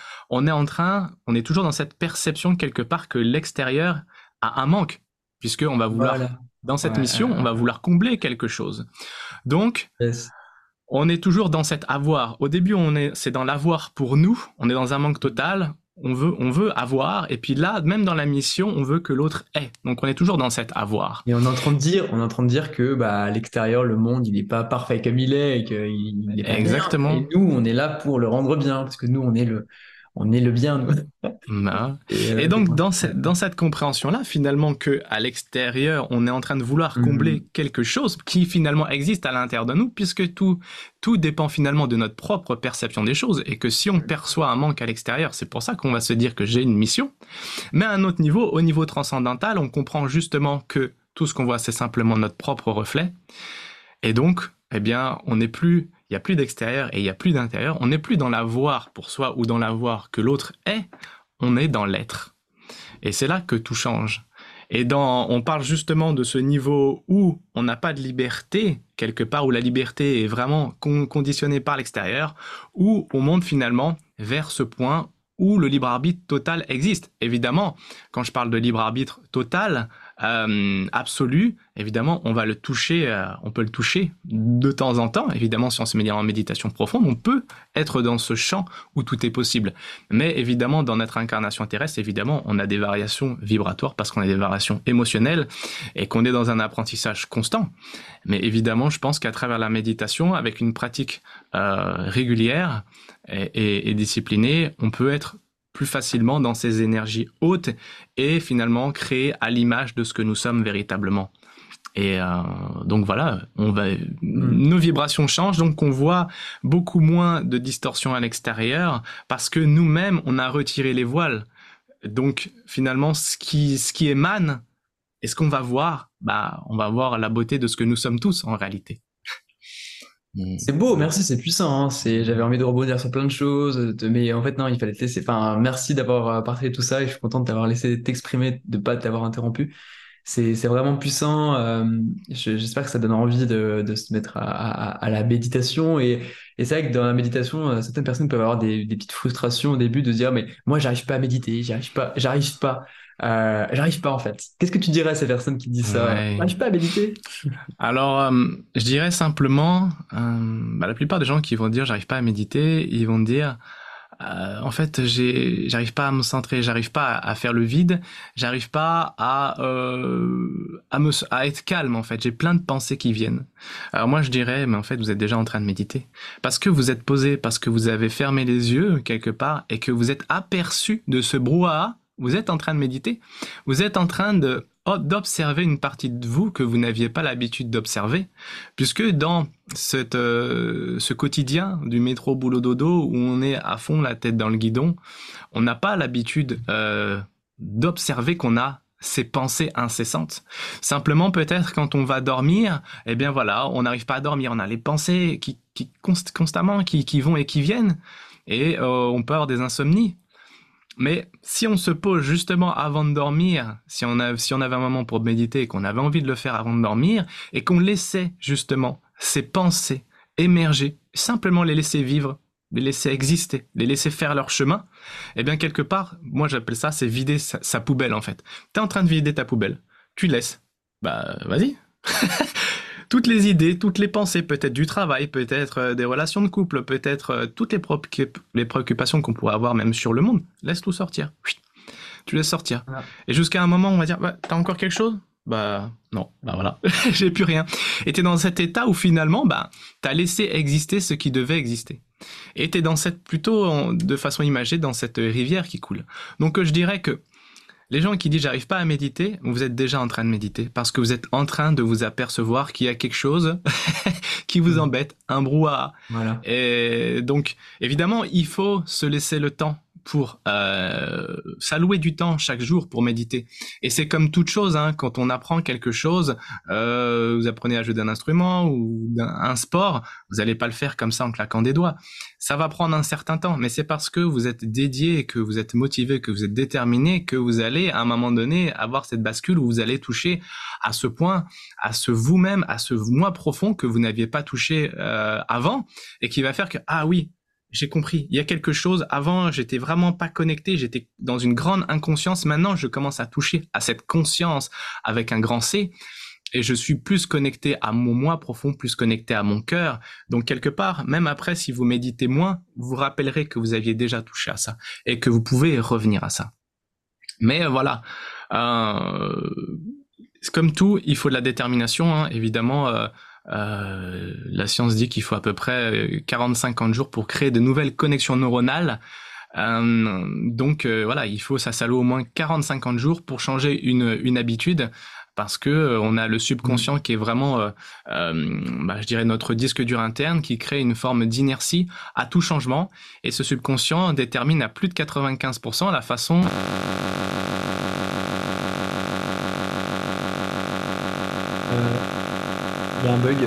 on est toujours dans cette perception quelque part que l'extérieur a un manque. Puisqu'on va vouloir, Voilà. dans cette Ouais, mission, on va vouloir combler quelque chose. Donc, yes. on est toujours dans cet avoir. Au début, c'est dans l'avoir pour nous. On est dans un manque total. On veut avoir. Et puis là, même dans la mission, on veut que l'autre ait. Donc, on est toujours dans cet avoir. Et on est en train de dire que bah, à l'extérieur, le monde, il n'est pas parfait comme il est et qu'il n'est pas bien. Et Exactement. nous, on est là pour le rendre bien, parce que nous, on est le bien, nous. Bah, Et, et donc ouais. dans cette compréhension-là, finalement, que à l'extérieur, on est en train de vouloir combler Mhm. quelque chose qui finalement existe à l'intérieur de nous, puisque tout dépend finalement de notre propre perception des choses, et que si on perçoit un manque à l'extérieur, c'est pour ça qu'on va se dire que j'ai une mission. Mais à un autre niveau, au niveau transcendantal, on comprend justement que tout ce qu'on voit, c'est simplement notre propre reflet, et donc, eh bien, il y a plus d'extérieur et il y a plus d'intérieur. On n'est plus dans l'avoir pour soi ou dans l'avoir que l'autre est. On est dans l'être. Et c'est là que tout change. On parle justement de ce niveau où on n'a pas de liberté, quelque part où la liberté est vraiment conditionnée par l'extérieur, où on monte finalement vers ce point où le libre arbitre total existe. Évidemment, quand je parle de libre arbitre total, absolu, évidemment, on peut le toucher de temps en temps. Évidemment, si on se met en méditation profonde, on peut être dans ce champ où tout est possible. Mais évidemment, dans notre incarnation terrestre, évidemment, on a des variations vibratoires parce qu'on a des variations émotionnelles et qu'on est dans un apprentissage constant. Mais évidemment, je pense qu'à travers la méditation, avec une pratique régulière et disciplinée, on peut être plus facilement dans ces énergies hautes et finalement créer à l'image de ce que nous sommes véritablement. Et donc voilà, Mhm. nos vibrations changent, donc on voit beaucoup moins de distorsions à l'extérieur parce que nous-mêmes, on a retiré les voiles. Donc finalement, ce qui émane et ce qu'on va voir, bah, on va voir la beauté de ce que nous sommes tous en réalité. C'est beau, merci, c'est puissant, hein. J'avais envie de rebondir sur plein de choses, mais en fait, non, il fallait te laisser. Enfin, merci d'avoir partagé tout ça et je suis content de t'avoir laissé t'exprimer, de pas t'avoir interrompu. C'est vraiment puissant. J'espère que ça donne envie de se mettre à la méditation. Et c'est vrai que dans la méditation, certaines personnes peuvent avoir des petites frustrations au début de se dire, mais moi, j'arrive pas à méditer, j'arrive pas en fait. Qu'est-ce que tu dirais à ces personnes qui disent ça? Ouais. J'arrive pas à méditer? Alors, je dirais simplement, bah, la plupart des gens qui vont dire j'arrive pas à méditer, ils vont dire en fait j'arrive pas à me centrer, j'arrive pas à faire le vide, j'arrive pas à être calme en fait. J'ai plein de pensées qui viennent. Alors moi je dirais mais en fait vous êtes déjà en train de méditer parce que vous êtes posé, parce que vous avez fermé les yeux quelque part et que vous êtes aperçu de ce brouhaha. Vous êtes en train de méditer. Vous êtes en train d'observer une partie de vous que vous n'aviez pas l'habitude d'observer, puisque dans ce quotidien du métro boulot dodo où on est à fond la tête dans le guidon, on n'a pas l'habitude d'observer qu'on a ces pensées incessantes. Simplement peut-être quand on va dormir, eh bien voilà, on n'arrive pas à dormir, on a les pensées constamment qui vont et qui viennent, et on peut avoir des insomnies. Mais si on se pose justement avant de dormir, si on avait un moment pour méditer et qu'on avait envie de le faire avant de dormir, et qu'on laissait justement ces pensées émerger, simplement les laisser vivre, les laisser exister, les laisser faire leur chemin, eh bien quelque part, moi j'appelle ça, c'est vider sa poubelle en fait. T'es en train de vider ta poubelle, tu laisses. Bah vas-y. Toutes les idées, toutes les pensées, peut-être du travail, peut-être des relations de couple, peut-être toutes les préoccupations qu'on pourrait avoir même sur le monde, laisse tout sortir. Tu laisses sortir. Voilà. Et jusqu'à un moment, on va dire, bah, t'as encore quelque chose? Bah non, bah voilà, j'ai plus rien. Et t'es dans cet état où finalement, bah, t'as laissé exister ce qui devait exister. Et t'es dans de façon imagée, dans cette rivière qui coule. Donc je dirais que les gens qui disent j'arrive pas à méditer, vous êtes déjà en train de méditer parce que vous êtes en train de vous apercevoir qu'il y a quelque chose qui vous Mhm. embête, un brouhaha. Voilà. Et donc, évidemment, il faut se laisser le temps pour s'allouer du temps chaque jour pour méditer. Et c'est comme toute chose, hein, quand on apprend quelque chose, vous apprenez à jouer d'un instrument ou d'un sport, vous n'allez pas le faire comme ça en claquant des doigts. Ça va prendre un certain temps, mais c'est parce que vous êtes dédié, que vous êtes motivé, que vous êtes déterminé, que vous allez à un moment donné avoir cette bascule où vous allez toucher à ce point, à ce vous-même, à ce moi profond que vous n'aviez pas touché avant, et qui va faire que ah oui, j'ai compris, il y a quelque chose. Avant, j'étais vraiment pas connecté, j'étais dans une grande inconscience. Maintenant, je commence à toucher à cette conscience avec un grand C. Et je suis plus connecté à mon moi profond, plus connecté à mon cœur. Donc quelque part, même après, si vous méditez moins, vous vous rappellerez que vous aviez déjà touché à ça et que vous pouvez revenir à ça. Mais voilà, euh, comme tout, il faut de la détermination, hein. Évidemment, la science dit qu'il faut à peu près 40-50 jours pour créer de nouvelles connexions neuronales. Donc voilà, il faut ça s'alloue au moins 40-50 jours pour changer une habitude. Parce que on a le subconscient qui est vraiment, je dirais, notre disque dur interne qui crée une forme d'inertie à tout changement. Et ce subconscient détermine à plus de 95% la façon. Il y a un bug.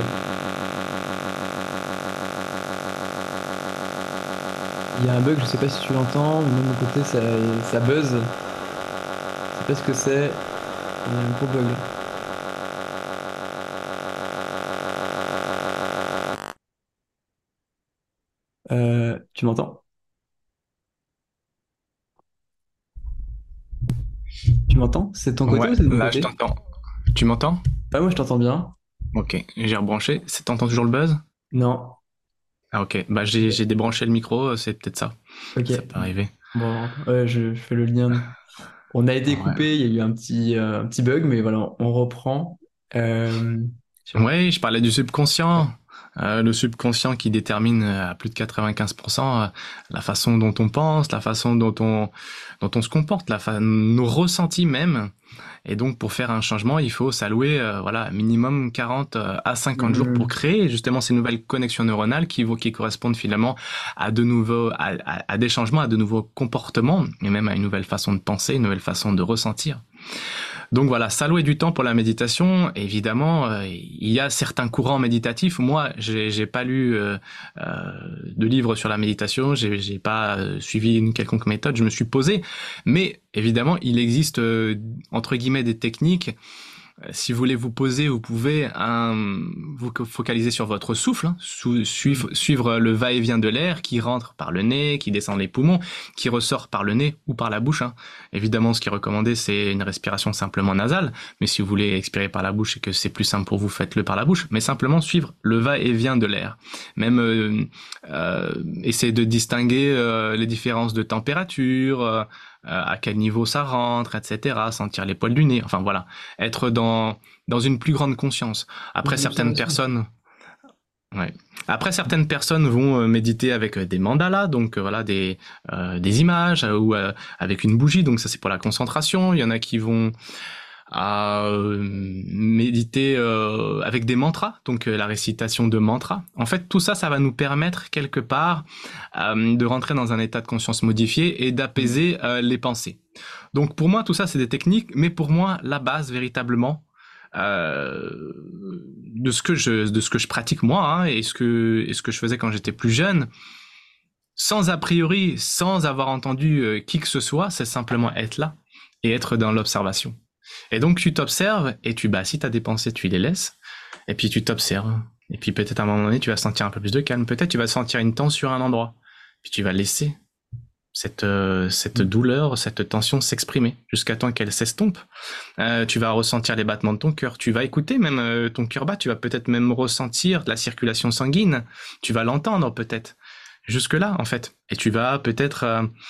Il y a un bug, je sais pas si tu l'entends, mais moi de mon côté ça buzz. Je sais pas ce que c'est. Il y a un gros bug. Tu m'entends? Tu m'entends? C'est de ton côté Ouais, ou c'est de mon là je côté? t'entends. Tu m'entends? Ah, moi je t'entends bien. Ok, j'ai rebranché. T'entends toujours le buzz? Non. Ah ok, bah j'ai débranché le micro, c'est peut-être ça. Ok. Ça peut arriver. Bon, ouais, je fais le lien. On a été Ouais. coupé, il y a eu un petit bug, mais voilà, on reprend. Euh, Ouais, je parlais du subconscient. Le subconscient qui détermine à plus de 95% la façon dont on pense, la façon dont on se comporte, nos ressentis même. Et donc, pour faire un changement, il faut s'allouer, voilà, minimum 40 à 50 jours pour Mhm. créer justement ces nouvelles connexions neuronales qui correspondent finalement à des changements, à de nouveaux comportements, et même à une nouvelle façon de penser, une nouvelle façon de ressentir. Donc voilà, s'allouer du temps pour la méditation, évidemment, il y a certains courants méditatifs. Moi, j'ai pas lu de livres sur la méditation, j'ai pas suivi une quelconque méthode, je me suis posé. Mais évidemment, il existe entre guillemets des techniques. Si vous voulez vous poser, vous pouvez vous focaliser sur votre souffle, hein, suivre le va-et-vient de l'air qui rentre par le nez, qui descend les poumons, qui ressort par le nez ou par la bouche, hein. Évidemment, ce qui est recommandé, c'est une respiration simplement nasale, mais si vous voulez expirer par la bouche et que c'est plus simple pour vous, faites-le par la bouche, mais simplement suivre le va-et-vient de l'air. Même essayer de distinguer les différences de température, à quel niveau ça rentre, etc., sentir les poils du nez, enfin voilà, être dans une plus grande conscience. Après Une certaines observation. personnes, ouais. Après certaines personnes vont méditer avec des mandalas, donc voilà des images ou avec une bougie, donc ça c'est pour la concentration. Il y en a qui vont à méditer avec des mantras, donc la récitation de mantras. En fait, tout ça, ça va nous permettre quelque part de rentrer dans un état de conscience modifié et d'apaiser les pensées. Donc pour moi, tout ça, c'est des techniques, mais pour moi, la base véritablement euh, de ce que je pratique moi hein, et ce que je faisais quand j'étais plus jeune, sans a priori, sans avoir entendu qui que ce soit, c'est simplement être là et être dans l'observation. Et donc tu t'observes et si t'as des pensées, tu les laisses. Et puis tu t'observes. Et puis peut-être à un moment donné, tu vas sentir un peu plus de calme. Peut-être tu vas sentir une tension à un endroit. Puis tu vas laisser cette douleur, cette tension s'exprimer jusqu'à temps qu'elle s'estompe. Tu vas ressentir les battements de ton cœur. Tu vas écouter même ton cœur bat. Tu vas peut-être même ressentir la circulation sanguine. Tu vas l'entendre peut-être. Jusque-là, en fait. Et tu vas peut-être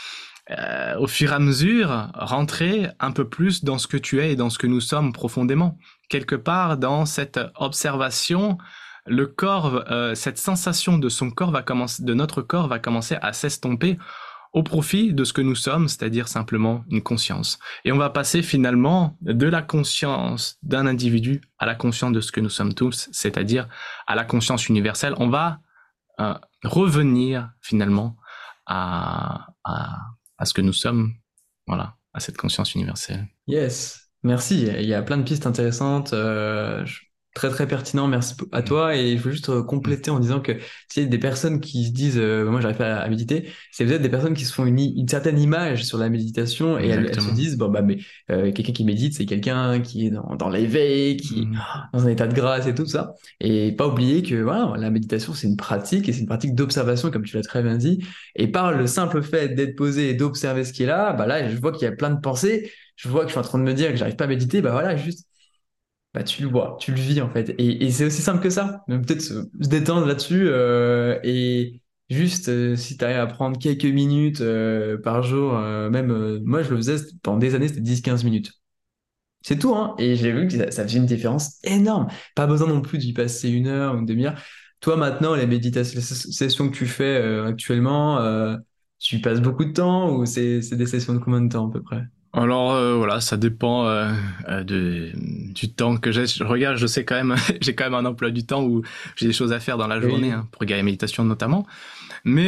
au fur et à mesure, rentrer un peu plus dans ce que tu es et dans ce que nous sommes profondément. Quelque part dans cette observation, le corps, cette sensation de son corps de notre corps va commencer à s'estomper au profit de ce que nous sommes, c'est-à-dire simplement une conscience. Et on va passer finalement de la conscience d'un individu à la conscience de ce que nous sommes tous, c'est-à-dire à la conscience universelle. On va revenir finalement à à ce que nous sommes, voilà, à cette conscience universelle. Yes, merci. Il y a plein de pistes intéressantes, très très pertinent. Merci à toi. Et je veux juste Mm. compléter en disant que s'il y a des personnes qui se disent, moi j'arrive pas à méditer, c'est peut-être des personnes qui se font une certaine image sur la méditation et elles se Exactement. disent, bon bah mais quelqu'un qui médite, c'est quelqu'un qui est dans l'éveil, qui est Mm. dans un état de grâce et tout ça. Et pas oublier que voilà, la méditation c'est une pratique et c'est une pratique d'observation, comme tu l'as très bien dit. Et par le simple fait d'être posé et d'observer ce qui est là, bah là je vois qu'il y a plein de pensées, je vois que je suis en train de me dire que j'arrive pas à méditer, bah voilà, juste, bah tu le vois, tu le vis en fait. Et c'est aussi simple que ça. Donc peut-être se détendre là-dessus et juste, si tu arrives à prendre quelques minutes par jour, même moi je le faisais pendant des années, c'était 10-15 minutes. C'est tout, hein. Et j'ai vu que ça faisait une différence énorme. Pas besoin non plus d'y passer une heure ou une demi-heure. Toi maintenant, les méditations, les sessions que tu fais actuellement, tu y passes beaucoup de temps ou c'est des sessions de combien de temps à peu près? Alors voilà, ça dépend du temps que j'ai. Je regarde, je sais quand même, j'ai quand même un emploi du temps où j'ai des choses à faire dans la journée, Oui. hein, pour regarder la méditation notamment. Mais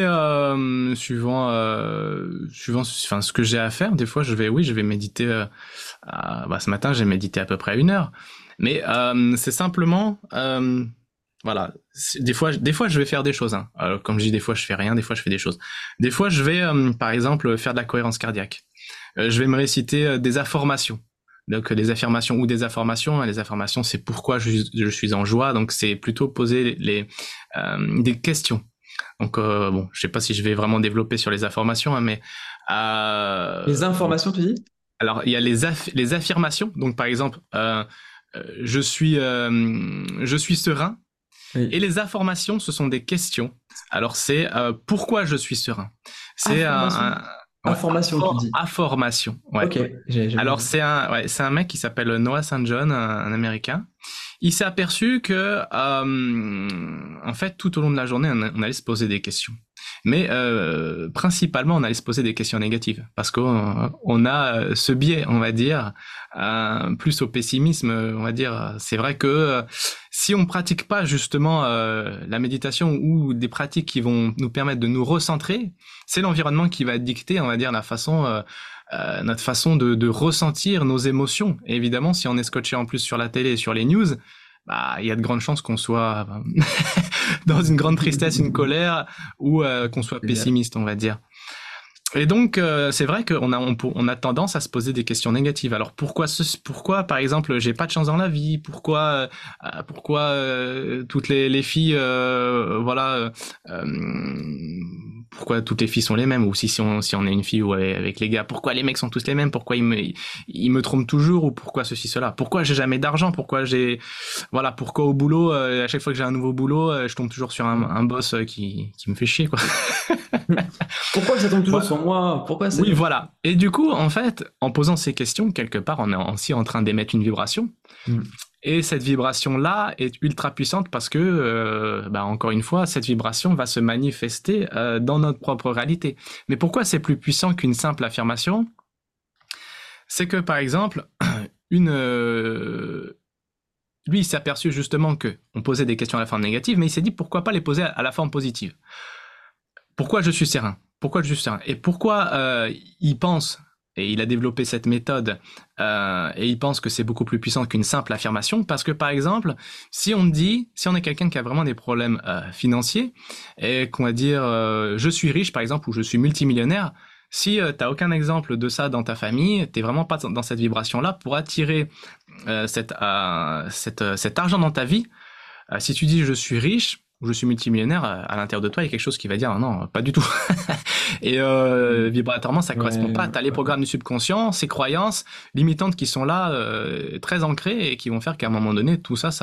suivant, enfin ce que j'ai à faire, des fois oui, je vais méditer. Bah, ce matin, j'ai médité à peu près 1 heure. Mais c'est simplement, voilà, des fois, je vais faire des choses. Hein. Comme je dis, des fois, je fais rien, des fois, je fais des choses. Des fois, je vais, par exemple, faire de la cohérence cardiaque. Je vais me réciter des affirmations. Donc des affirmations ou des informations. Les affirmations, c'est pourquoi je suis en joie. Donc c'est plutôt poser des questions. Donc bon, je sais pas si je vais vraiment développer sur les informations, hein, mais Les donc informations, tu dis? alors il y a les affirmations. Donc par exemple, je suis serein. Et Oui. les informations, ce sont des questions. Alors c'est pourquoi je suis serein. C'est Information. ouais, Information, tu dis. information. Ouais. Ok, j'avais Alors vu. c'est un mec qui s'appelle Noah St. John, un Américain. Il s'est aperçu que en fait tout au long de la journée on allait se poser des questions, mais principalement on allait se poser des questions négatives parce qu'on a ce biais, on va dire, plus au pessimisme, on va dire. C'est vrai que si on pratique pas justement la méditation ou des pratiques qui vont nous permettre de nous recentrer, c'est l'environnement qui va dicter, on va dire, la façon notre façon de ressentir nos émotions. Et évidemment, si on est scotché en plus sur la télé et sur les news, bah, il y a de grandes chances qu'on soit dans une grande tristesse, une colère, ou qu'on soit Génial. pessimiste, on va dire. Et donc, c'est vrai on a tendance à se poser des questions négatives. Alors pourquoi, par exemple, j'ai pas de chance dans la vie? Pourquoi toutes les filles, voilà, pourquoi toutes les filles sont les mêmes? Ou si on est une fille ou avec les gars, pourquoi les mecs sont tous les mêmes? Pourquoi ils me trompent toujours? Ou pourquoi ceci, cela? Pourquoi j'ai jamais d'argent? Voilà, pourquoi au boulot, à chaque fois que j'ai un nouveau boulot, je tombe toujours sur un boss qui me fait chier, quoi. Pourquoi ça tombe toujours Ouais. sur moi? Pourquoi Oui, c'est... voilà. Et du coup, en fait, en posant ces questions, quelque part, on est aussi en train d'émettre une vibration. Hmm. Et cette vibration-là est ultra puissante parce que, bah, encore une fois, cette vibration va se manifester dans notre propre réalité. Mais pourquoi c'est plus puissant qu'une simple affirmation? C'est que, par exemple, une, lui, il s'est aperçu justement que on posait des questions à la forme négative, mais il s'est dit pourquoi pas les poser à la forme positive. Pourquoi je suis serein? Pourquoi je suis serein? Et pourquoi il pense, et il a développé cette méthode, et il pense que c'est beaucoup plus puissant qu'une simple affirmation, parce que par exemple, si on est quelqu'un qui a vraiment des problèmes financiers, et qu'on va dire je suis riche par exemple, ou je suis multimillionnaire, si t'as aucun exemple de ça dans ta famille, t'es vraiment pas dans cette vibration-là pour attirer cet argent dans ta vie. Si tu dis je suis riche ou je suis multimillionnaire, à l'intérieur de toi, il y a quelque chose qui va dire non, pas du tout. Et vibratoirement, ça correspond Ouais, pas. T'as les ouais. programmes du subconscient, ces croyances limitantes qui sont là, très ancrées et qui vont faire qu'à un moment donné, tout ça,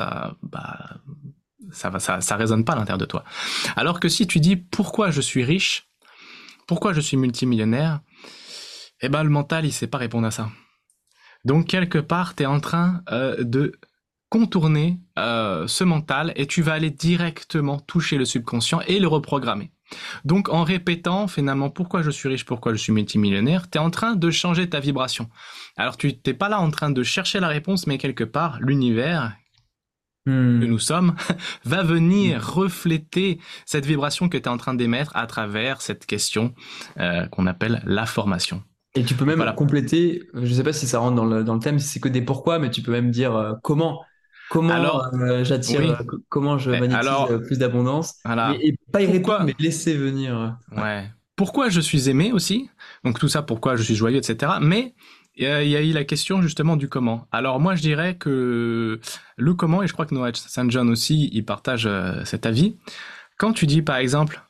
ça résonne pas à l'intérieur de toi. Alors que si tu dis pourquoi je suis riche, pourquoi je suis multimillionnaire, eh ben le mental, il sait pas répondre à ça. Donc quelque part, tu es en train de contourner ce mental et tu vas aller directement toucher le subconscient et le reprogrammer. Donc en répétant finalement pourquoi je suis riche, pourquoi je suis multimillionnaire, tu es en train de changer ta vibration. Alors tu t'es pas là en train de chercher la réponse, mais quelque part l'univers que Hmm. nous sommes va venir refléter cette vibration que tu es en train d'émettre à travers cette question qu'on appelle la formation. Et tu peux Donc même voilà. compléter, je sais pas si ça rentre dans le thème, si c'est que des pourquoi, mais tu peux même dire comment Alors, j'attire, oui. comment je magnétise Alors, plus d'abondance, mais voilà. et pas y répondre, mais Pourquoi laisser venir. Ouais. Ouais. Pourquoi je suis aimé aussi? Donc tout ça, pourquoi je suis joyeux, etc. Mais il y a eu la question justement du comment. Alors moi, je dirais que le comment, et je crois que Noah Saint John aussi, il partage cet avis. Quand tu dis par exemple,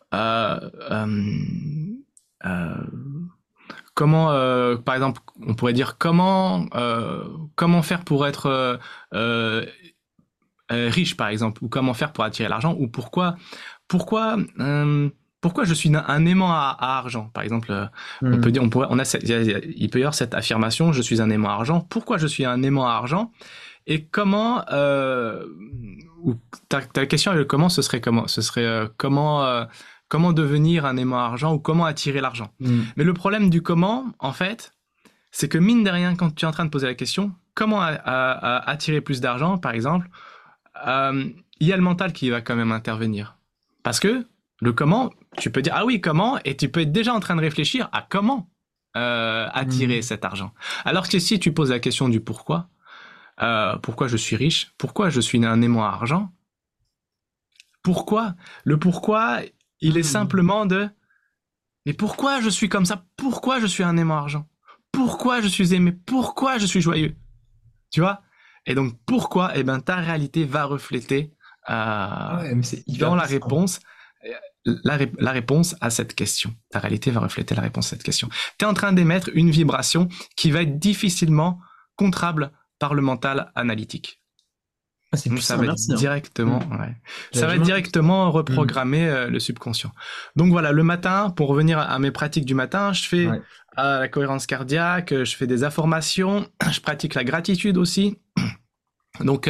euh, comment, par exemple, on pourrait dire comment faire pour être euh, riche, par exemple, ou comment faire pour attirer l'argent, ou pourquoi, pourquoi je suis un aimant à argent, par exemple. On peut Hmm. dire, il peut y avoir cette affirmation, je suis un aimant à argent. Pourquoi je suis un aimant à argent et comment, ou ta question, le comment, ce serait comment, comment devenir un aimant à argent ou comment attirer l'argent. Hmm. Mais le problème du comment, en fait, c'est que mine de rien, quand tu es en train de poser la question, comment attirer plus d'argent, par exemple, euh, il y a le mental qui va quand même intervenir. Parce que le comment, tu peux dire ah oui comment, et tu peux être déjà en train de réfléchir à comment attirer Hmm. cet argent. Alors que si tu poses la question du pourquoi je suis riche, pourquoi je suis un aimant à argent, pourquoi, le pourquoi, il est Hmm. simplement de mais pourquoi je suis comme ça, pourquoi je suis un aimant à argent, pourquoi je suis aimé, pourquoi je suis joyeux, tu vois. Et donc pourquoi, eh ben ta réalité va refléter Ah ouais, mais c'est hyper dans la puissant. réponse la réponse à cette question. Ta réalité va refléter la réponse à cette question. Tu es en train d'émettre une vibration qui va être difficilement contrable par le mental analytique. Ah, c'est Donc ça puissant, va être merci, hein. directement, Hmm. ouais, ça va être Jamais entendu ça. directement Hmm. reprogrammer le subconscient. Donc voilà, le matin, pour revenir à mes pratiques du matin, je fais Ouais. la cohérence cardiaque, je fais des affirmations, je pratique la gratitude aussi. Donc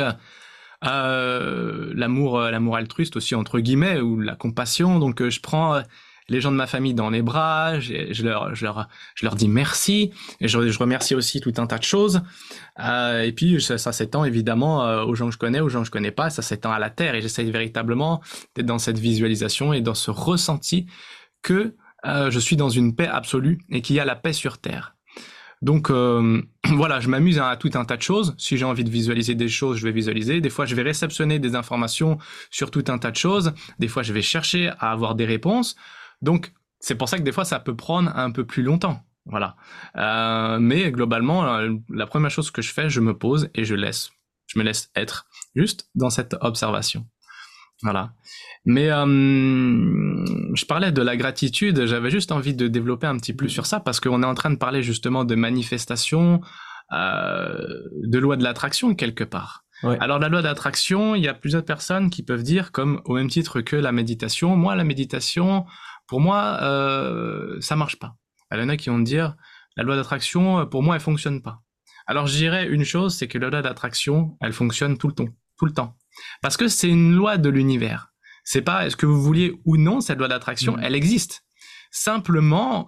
l'amour altruiste aussi entre guillemets ou la compassion. Donc je prends les gens de ma famille dans les bras, je leur dis merci, et je remercie aussi tout un tas de choses. Et puis ça s'étend évidemment aux gens que je connais, aux gens que je connais pas, ça s'étend à la terre, et j'essaye véritablement d'être dans cette visualisation et dans ce ressenti que je suis dans une paix absolue et qu'il y a la paix sur terre. Donc voilà, je m'amuse à tout un tas de choses. Si j'ai envie de visualiser des choses, je vais visualiser. Des fois, je vais réceptionner des informations sur tout un tas de choses. Des fois, je vais chercher à avoir des réponses. Donc, c'est pour ça que des fois, ça peut prendre un peu plus longtemps. Voilà. Mais globalement, la première chose que je fais, je me pose et je me laisse être juste dans cette observation. Voilà. Mais je parlais de la gratitude, j'avais juste envie de développer un petit peu Hmm. sur ça parce qu'on est en train de parler justement de manifestation, de loi de l'attraction quelque part. Ouais. Alors la loi d'attraction, il y a plusieurs personnes qui peuvent dire, comme au même titre que la méditation, moi la méditation, pour moi, ça marche pas. Il y en a qui vont dire, la loi d'attraction, pour moi, elle fonctionne pas. Alors je dirais une chose, c'est que la loi d'attraction, elle fonctionne tout le temps, tout le temps. Parce que c'est une loi de l'univers. C'est pas est-ce que vous vouliez ou non cette loi d'attraction, Hmm. elle existe. Simplement,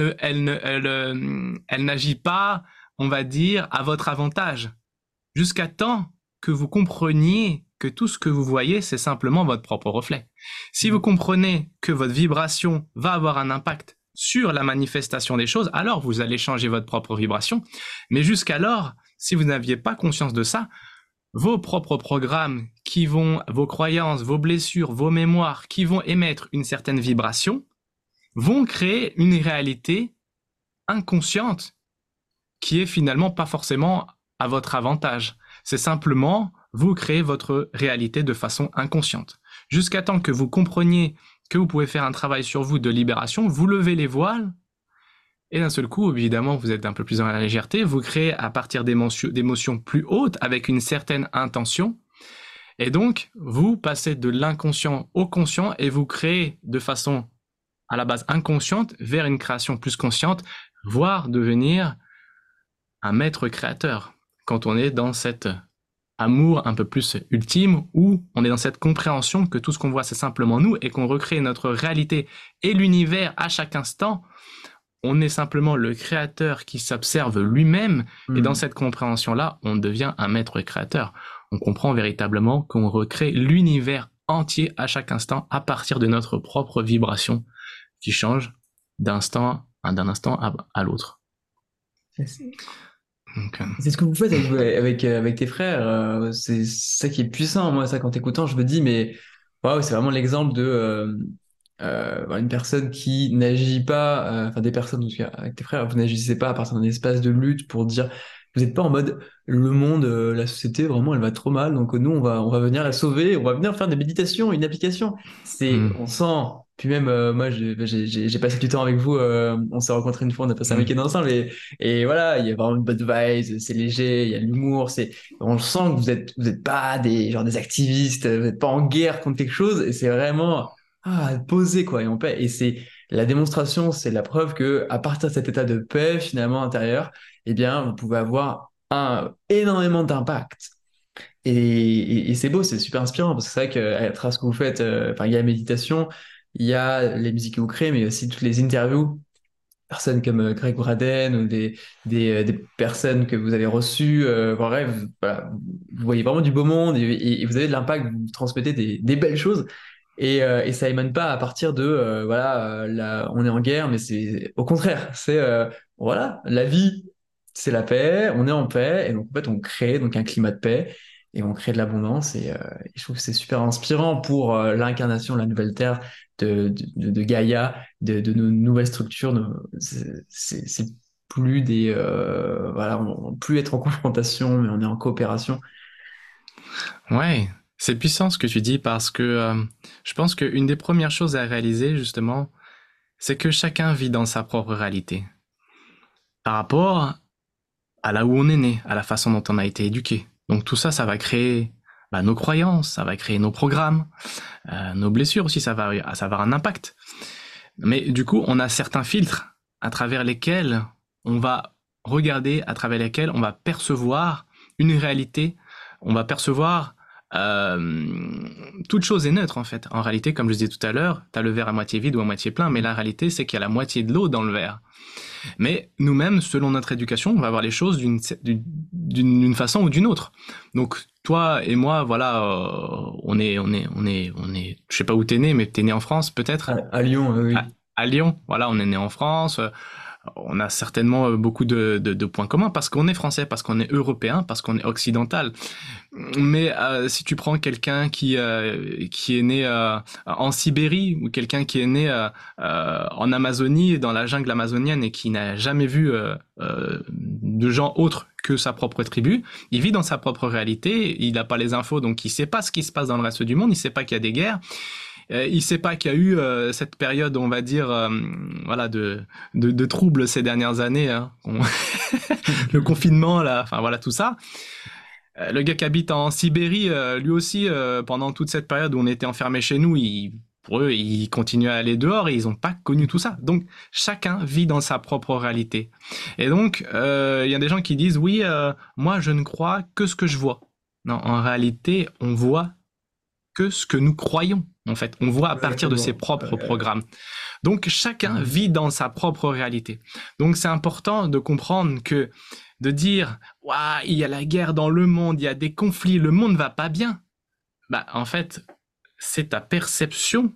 elle n'agit pas, on va dire, à votre avantage. Jusqu'à temps que vous compreniez que tout ce que vous voyez, c'est simplement votre propre reflet. Si vous Hmm. comprenez que votre vibration va avoir un impact sur la manifestation des choses, alors vous allez changer votre propre vibration. Mais jusqu'alors, si vous n'aviez pas conscience de ça, vos propres programmes vos croyances, vos blessures, vos mémoires qui vont émettre une certaine vibration, vont créer une réalité inconsciente qui est finalement pas forcément à votre avantage. C'est simplement vous créez votre réalité de façon inconsciente. Jusqu'à temps que vous compreniez que vous pouvez faire un travail sur vous de libération, vous levez les voiles et d'un seul coup, évidemment, vous êtes un peu plus dans la légèreté, vous créez à partir d'émotions plus hautes avec une certaine intention. Et donc, vous passez de l'inconscient au conscient et vous créez de façon à la base inconsciente vers une création plus consciente, voire devenir un maître créateur. Quand on est dans cet amour un peu plus ultime où on est dans cette compréhension que tout ce qu'on voit c'est simplement nous et qu'on recrée notre réalité et l'univers à chaque instant, on est simplement le créateur qui s'observe lui-même et dans Hmm. cette compréhension-là, on devient un maître créateur. on comprend véritablement qu'on recrée l'univers entier à chaque instant à partir de notre propre vibration qui change d'un instant à l'autre. Donc, C'est ce que vous faites avec tes frères. C'est ça qui est puissant. Moi, ça, quand t'écoutant, je me dis, mais waouh, c'est vraiment l'exemple de une personne qui n'agit pas, enfin des personnes, en tout cas, avec tes frères, vous n'agissez pas à partir d'un espace de lutte pour dire, vous n'êtes pas en mode le monde, la société, vraiment, elle va trop mal, donc nous, on va venir la sauver, on va venir faire des méditations, une application. C'est, mm, on sent. Puis même, moi, j'ai passé du temps avec vous. On s'est rencontrés une fois, on a passé un mm. week-end ensemble et voilà, il y a vraiment une bonne vibe, c'est léger, il y a de l'humour, on sent que vous êtes pas des activistes, vous n'êtes pas en guerre contre quelque chose, et c'est vraiment, posé, quoi, et en paix. Et c'est la démonstration, c'est la preuve que, à partir de cet état de paix, finalement, intérieur, eh bien, vous pouvez avoir énormément d'impact. Et c'est beau, c'est super inspirant, parce que c'est vrai qu'à travers ce que vous faites, enfin, il y a la méditation, il y a les musiques que vous créez, mais aussi toutes les interviews personnes comme Greg Braden ou des personnes que vous avez reçues. Bref, voilà, vous voyez vraiment du beau monde et vous avez de l'impact, vous transmettez des belles choses. Et ça émane pas à partir de voilà, on est en guerre, mais c'est au contraire, c'est voilà, la vie, c'est la paix, on est en paix, et donc en fait on crée donc un climat de paix et on crée de l'abondance et je trouve que c'est super inspirant pour l'incarnation de la nouvelle terre de Gaïa, de nos nouvelles structures. C'est plus des voilà, on plus être en confrontation, mais on est en coopération. Ouais, c'est puissant ce que tu dis parce que je pense qu'une des premières choses à réaliser justement, c'est que chacun vit dans sa propre réalité par rapport à là où on est né, à la façon dont on a été éduqué. Donc tout ça, ça va créer nos croyances, ça va créer nos programmes, nos blessures aussi, ça va avoir un impact. Mais du coup, on a certains filtres à travers lesquels on va regarder, à travers lesquels on va percevoir une réalité, on va percevoir toute chose est neutre en fait. En réalité, comme je disais tout à l'heure, t'as le verre à moitié vide ou à moitié plein, mais la réalité c'est qu'il y a la moitié de l'eau dans le verre. Mais nous-mêmes, selon notre éducation, on va voir les choses d'une façon ou d'une autre. Donc toi et moi, voilà, je sais pas où t'es né, mais t'es né en France peut-être. À Lyon, oui. À Lyon, voilà, on est né en France. On a certainement beaucoup de points communs parce qu'on est français, parce qu'on est européen, parce qu'on est occidental. Mais si tu prends quelqu'un qui est né en Sibérie ou quelqu'un qui est né en Amazonie, dans la jungle amazonienne et qui n'a jamais vu de gens autres que sa propre tribu, il vit dans sa propre réalité, il n'a pas les infos, donc il sait pas ce qui se passe dans le reste du monde, il sait pas qu'il y a des guerres. Il sait pas qu'il y a eu cette période, on va dire, voilà, de troubles ces dernières années, hein. Le confinement, là, enfin voilà tout ça. Le gars qui habite en Sibérie, lui aussi, pendant toute cette période où on était enfermés chez nous, pour eux, ils continuaient à aller dehors et ils n'ont pas connu tout ça. Donc, chacun vit dans sa propre réalité. Et donc, il y a des gens qui disent, oui, moi, je ne crois que ce que je vois. Non, en réalité, on voit que ce que nous croyons. En fait, on voit à partir de ses Exactement. propres programmes. Donc, chacun vit dans sa propre réalité. Donc, c'est important de comprendre que de dire ouah, il y a la guerre dans le monde, il y a des conflits, le monde va pas bien. En fait, c'est ta perception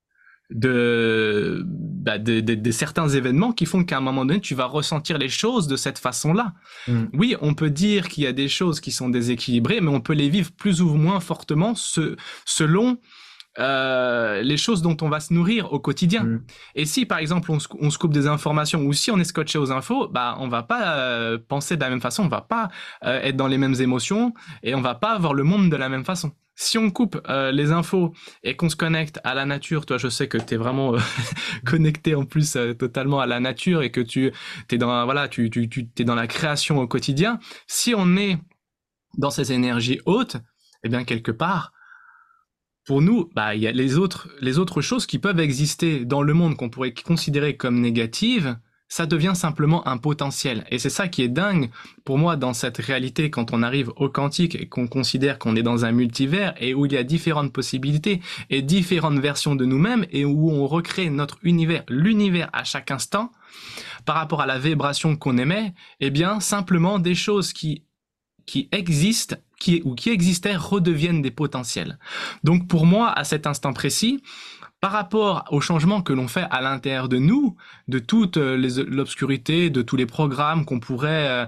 de certains événements qui font qu'à un moment donné, tu vas ressentir les choses de cette façon-là. Mm. Oui, on peut dire qu'il y a des choses qui sont déséquilibrées, mais on peut les vivre plus ou moins fortement selon les choses dont on va se nourrir au quotidien. Mm. Et si par exemple on se coupe des informations ou si on est scotché aux infos, on va pas penser de la même façon, on va pas être dans les mêmes émotions et on va pas voir le monde de la même façon. Si on coupe les infos et qu'on se connecte à la nature, toi je sais que t'es vraiment connecté en plus totalement à la nature et que t'es dans voilà tu t'es dans la création au quotidien. Si on est dans ces énergies hautes, eh bien quelque part pour nous, il y a les autres choses qui peuvent exister dans le monde qu'on pourrait considérer comme négatives, ça devient simplement un potentiel. Et c'est ça qui est dingue pour moi dans cette réalité quand on arrive au quantique et qu'on considère qu'on est dans un multivers et où il y a différentes possibilités et différentes versions de nous-mêmes et où on recrée notre univers, l'univers à chaque instant par rapport à la vibration qu'on émet, eh bien simplement des choses qui existent, qui existaient redeviennent des potentiels. Donc pour moi, à cet instant précis, par rapport au changement que l'on fait à l'intérieur de nous, de toute l'obscurité, de tous les programmes qu'on pourrait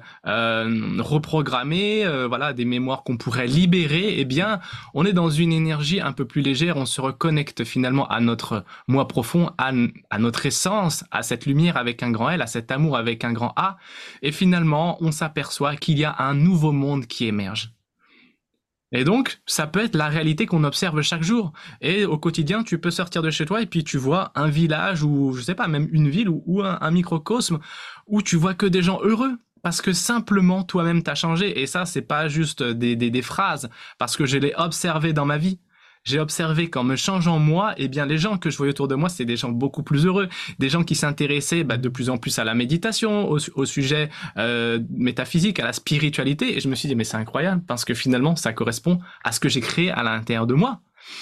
reprogrammer, voilà, des mémoires qu'on pourrait libérer, eh bien, on est dans une énergie un peu plus légère, on se reconnecte finalement à notre moi profond, à notre essence, à cette lumière avec un grand L, à cet amour avec un grand A, et finalement, on s'aperçoit qu'il y a un nouveau monde qui émerge. Et donc, ça peut être la réalité qu'on observe chaque jour. Et au quotidien, tu peux sortir de chez toi et puis tu vois un village ou, je sais pas, même une ville ou un microcosme où tu vois que des gens heureux. Parce que simplement, toi-même, t'as changé. Et ça, c'est pas juste des phrases. Parce que je l'ai observé dans ma vie. J'ai observé qu'en me changeant moi, eh bien, les gens que je voyais autour de moi, c'est des gens beaucoup plus heureux. Des gens qui s'intéressaient de plus en plus à la méditation, au sujet métaphysique, à la spiritualité. Et je me suis dit, mais c'est incroyable parce que finalement, ça correspond à ce que j'ai créé à l'intérieur de moi.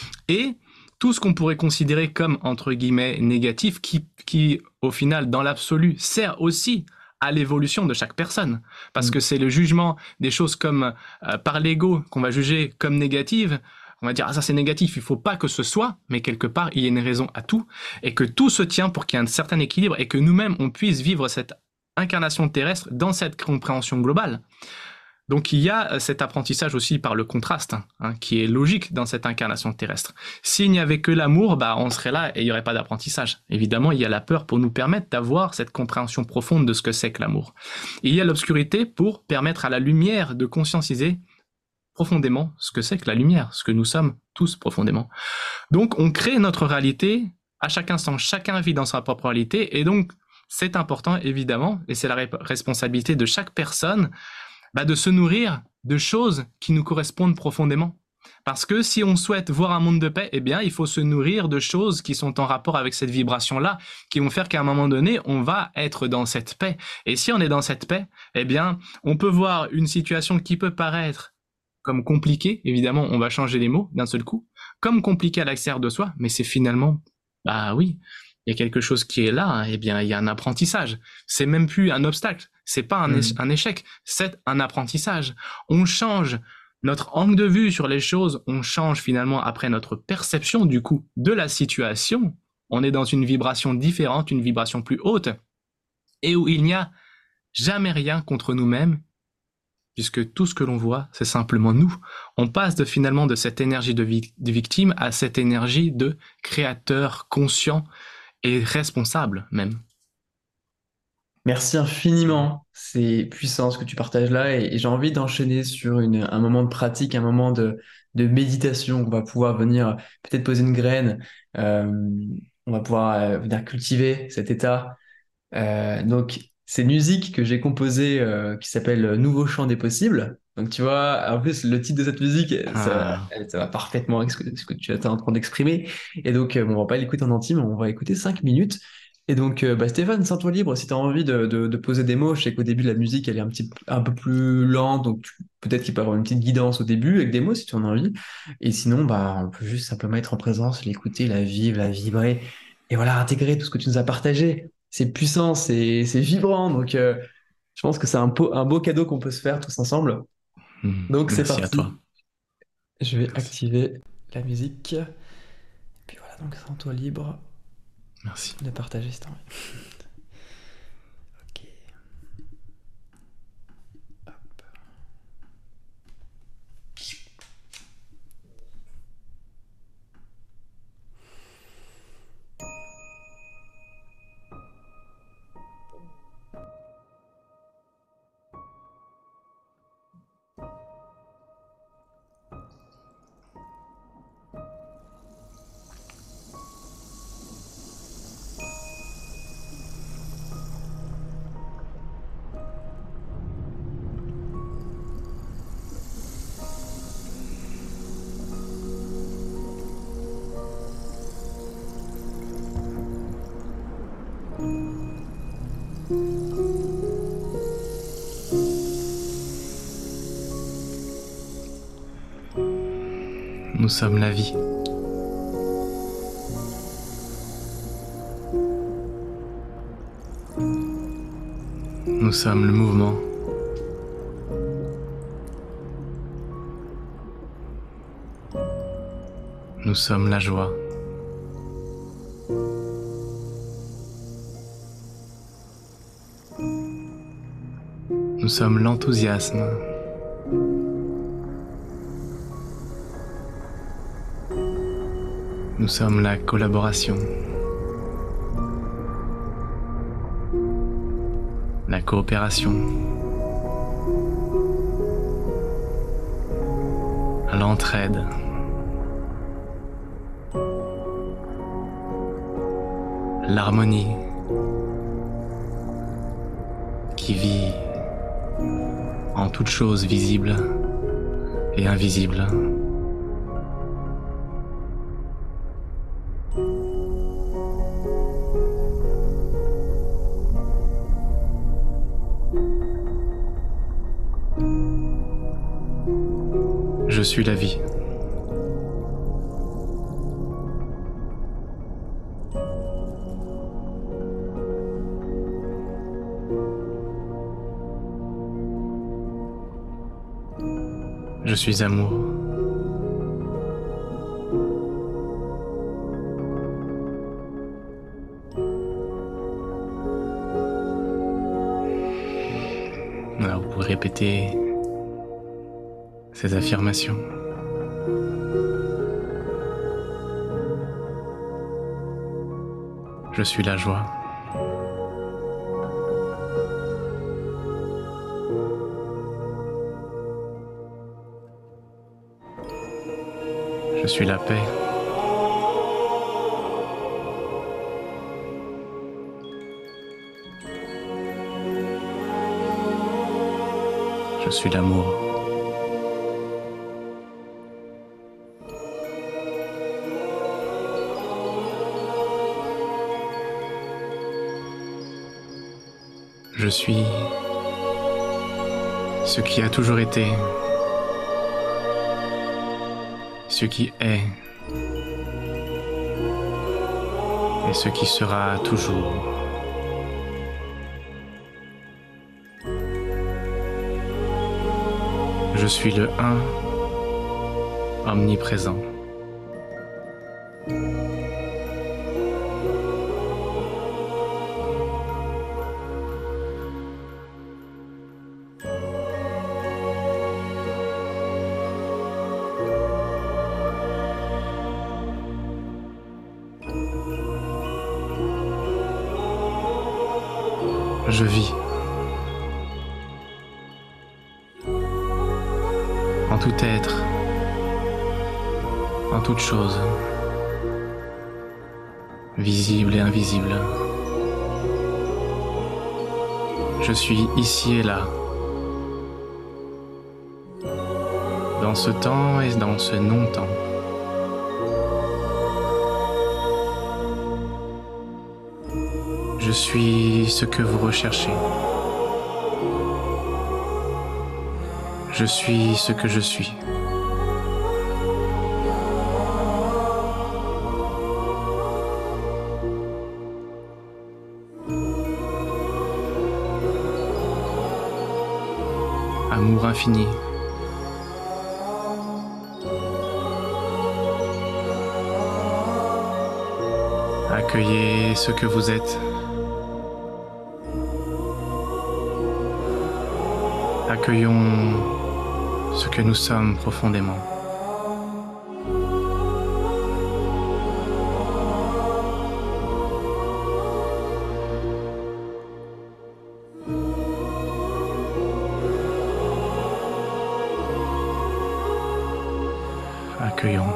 Et tout ce qu'on pourrait considérer comme, entre guillemets, négatif, qui au final, dans l'absolu, sert aussi à l'évolution de chaque personne. Parce que c'est le jugement des choses comme par l'ego qu'on va juger comme négatives. On va dire, ah ça c'est négatif, il faut pas que ce soit, mais quelque part, il y a une raison à tout, et que tout se tient pour qu'il y ait un certain équilibre, et que nous-mêmes, on puisse vivre cette incarnation terrestre dans cette compréhension globale. Donc il y a cet apprentissage aussi par le contraste, qui est logique dans cette incarnation terrestre. S'il n'y avait que l'amour, on serait là et il n'y aurait pas d'apprentissage. Évidemment, il y a la peur pour nous permettre d'avoir cette compréhension profonde de ce que c'est que l'amour. Et il y a l'obscurité pour permettre à la lumière de conscientiser profondément ce que c'est que la lumière, ce que nous sommes tous profondément. Donc on crée notre réalité à chaque instant, chacun vit dans sa propre réalité, et donc c'est important évidemment, et c'est la responsabilité de chaque personne, de se nourrir de choses qui nous correspondent profondément. Parce que si on souhaite voir un monde de paix, eh bien, il faut se nourrir de choses qui sont en rapport avec cette vibration-là, qui vont faire qu'à un moment donné, on va être dans cette paix. Et si on est dans cette paix, eh bien, on peut voir une situation qui peut paraître comme compliqué, évidemment, on va changer les mots d'un seul coup, comme compliqué à l'extérieur de soi, mais c'est finalement, oui, il y a quelque chose qui est là, eh bien, il y a un apprentissage. C'est même plus un obstacle, c'est pas un échec, c'est un apprentissage. On change notre angle de vue sur les choses, on change finalement après notre perception, du coup, de la situation. On est dans une vibration différente, une vibration plus haute, et où il n'y a jamais rien contre nous-mêmes, puisque tout ce que l'on voit, c'est simplement nous. On passe finalement de cette énergie de victime à cette énergie de créateur conscient et responsable même. Merci infiniment. C'est puissant ce que tu partages là et j'ai envie d'enchaîner sur un moment de pratique, un moment de méditation. On va pouvoir venir peut-être poser une graine. euh, on va pouvoir venir cultiver cet état. Donc, c'est une musique que j'ai composée qui s'appelle Nouveau chant des possibles. Donc, tu vois, en plus, le titre de cette musique, Ah, ça va parfaitement avec ce que tu es en train d'exprimer. Et donc, on va pas l'écouter en entier, mais on va écouter 5 minutes. Et donc, Stéphane, sens-toi libre si tu as envie de poser des mots. Je sais qu'au début, la musique, elle est un peu plus lente, donc peut-être qu'il peut y avoir une petite guidance au début avec des mots si tu en as envie. Et sinon, on peut juste simplement être en présence, l'écouter, la vivre, la vibrer. Et voilà, intégrer tout ce que tu nous as partagé. C'est puissant, c'est vibrant. Donc, je pense que c'est un beau cadeau qu'on peut se faire tous ensemble. Donc, c'est merci à toi. parti. Je vais Merci. activer la musique. Et puis voilà, donc sens-toi libre Merci. de partager cette envie. Ok. Nous sommes la vie. Nous sommes le mouvement. Nous sommes la joie. Nous sommes l'enthousiasme. Nous sommes la collaboration, la coopération, l'entraide, l'harmonie qui vit en toutes choses visibles et invisibles. Je suis la vie. Je suis amour. Alors vous pouvez répéter ces affirmations. Je suis la joie. Je suis la paix. Je suis l'amour. Je suis ce qui a toujours été, ce qui est et ce qui sera toujours. Je suis le un omniprésent. Je vis en tout être, en toute chose, visible et invisible. Je suis ici et là, dans ce temps et dans ce non-temps. Je suis ce que vous recherchez. Je suis ce que je suis. Amour infini. Accueillez ce que vous êtes. Accueillons ce que nous sommes profondément. Accueillons.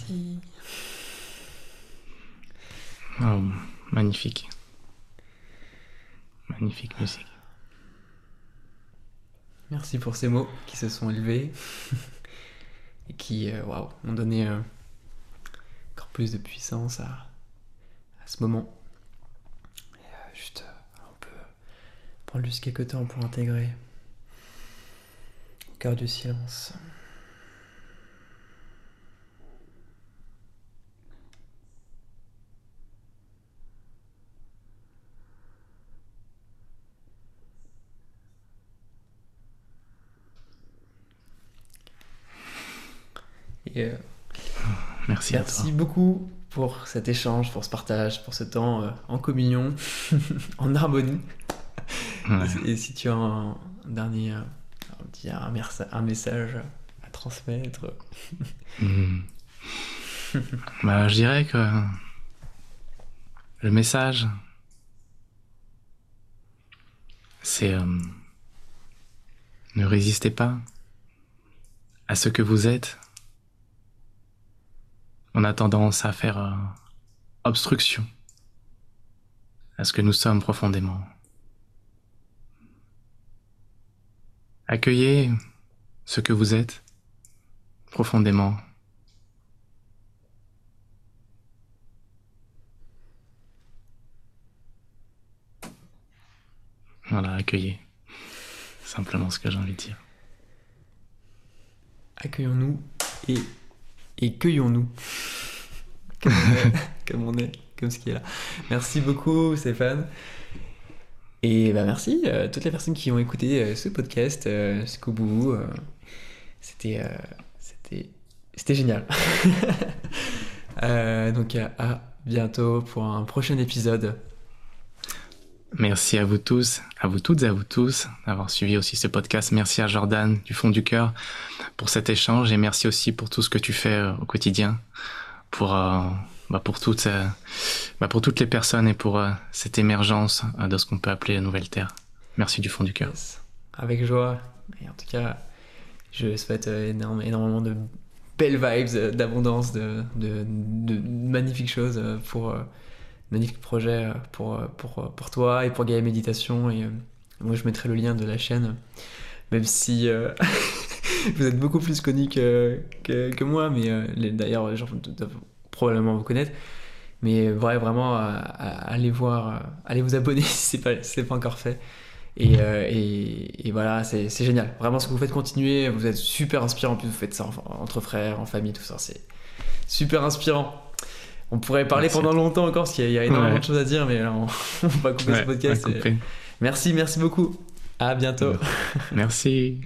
Merci. Oh, magnifique. Magnifique musique. Merci pour ces mots qui se sont élevés et qui ont donné encore plus de puissance à ce moment. Et, on peut prendre juste quelques temps pour intégrer au cœur du silence. Et Merci à toi. merci beaucoup pour cet échange, pour ce partage, pour ce temps en communion, en harmonie. Ouais. Et si tu as un dernier un message à transmettre. Mm. Je dirais que le message, c'est ne résistez pas à ce que vous êtes. On a tendance à faire obstruction à ce que nous sommes profondément. Accueillez ce que vous êtes profondément. Voilà, accueillez. Simplement ce que j'ai envie de dire. Accueillons-nous et cueillons-nous. Comme on est, comme ce qui est là. Merci beaucoup, Stéphane. Et merci à toutes les personnes qui ont écouté ce podcast jusqu'au bout. C'était génial. Donc à bientôt pour un prochain épisode. Merci à vous tous, à vous toutes et à vous tous d'avoir suivi aussi ce podcast. Merci à Jordan du fond du cœur pour cet échange et merci aussi pour tout ce que tu fais au quotidien pour toutes les personnes et pour cette émergence de ce qu'on peut appeler la nouvelle terre. Merci du fond du cœur. Yes. Avec joie. Et en tout cas, je souhaite énormément de belles vibes, d'abondance, de magnifiques choses pour magnifiques projets pour toi et pour Gaia Méditation. Et moi, je mettrai le lien de la chaîne, même si vous êtes beaucoup plus connus que moi, mais d'ailleurs, les gens doivent probablement vous connaître. Mais vraiment, allez voir, allez vous abonner si c'est pas encore fait. Et voilà, c'est génial. Vraiment, ce que vous faites, continuer. Vous êtes super inspirant. En plus, vous faites ça entre frères, en famille, tout ça. C'est super inspirant. On pourrait parler pendant longtemps encore parce qu'il y a énormément de choses à dire, mais là, on va couper ce podcast. Merci beaucoup. À bientôt. Merci.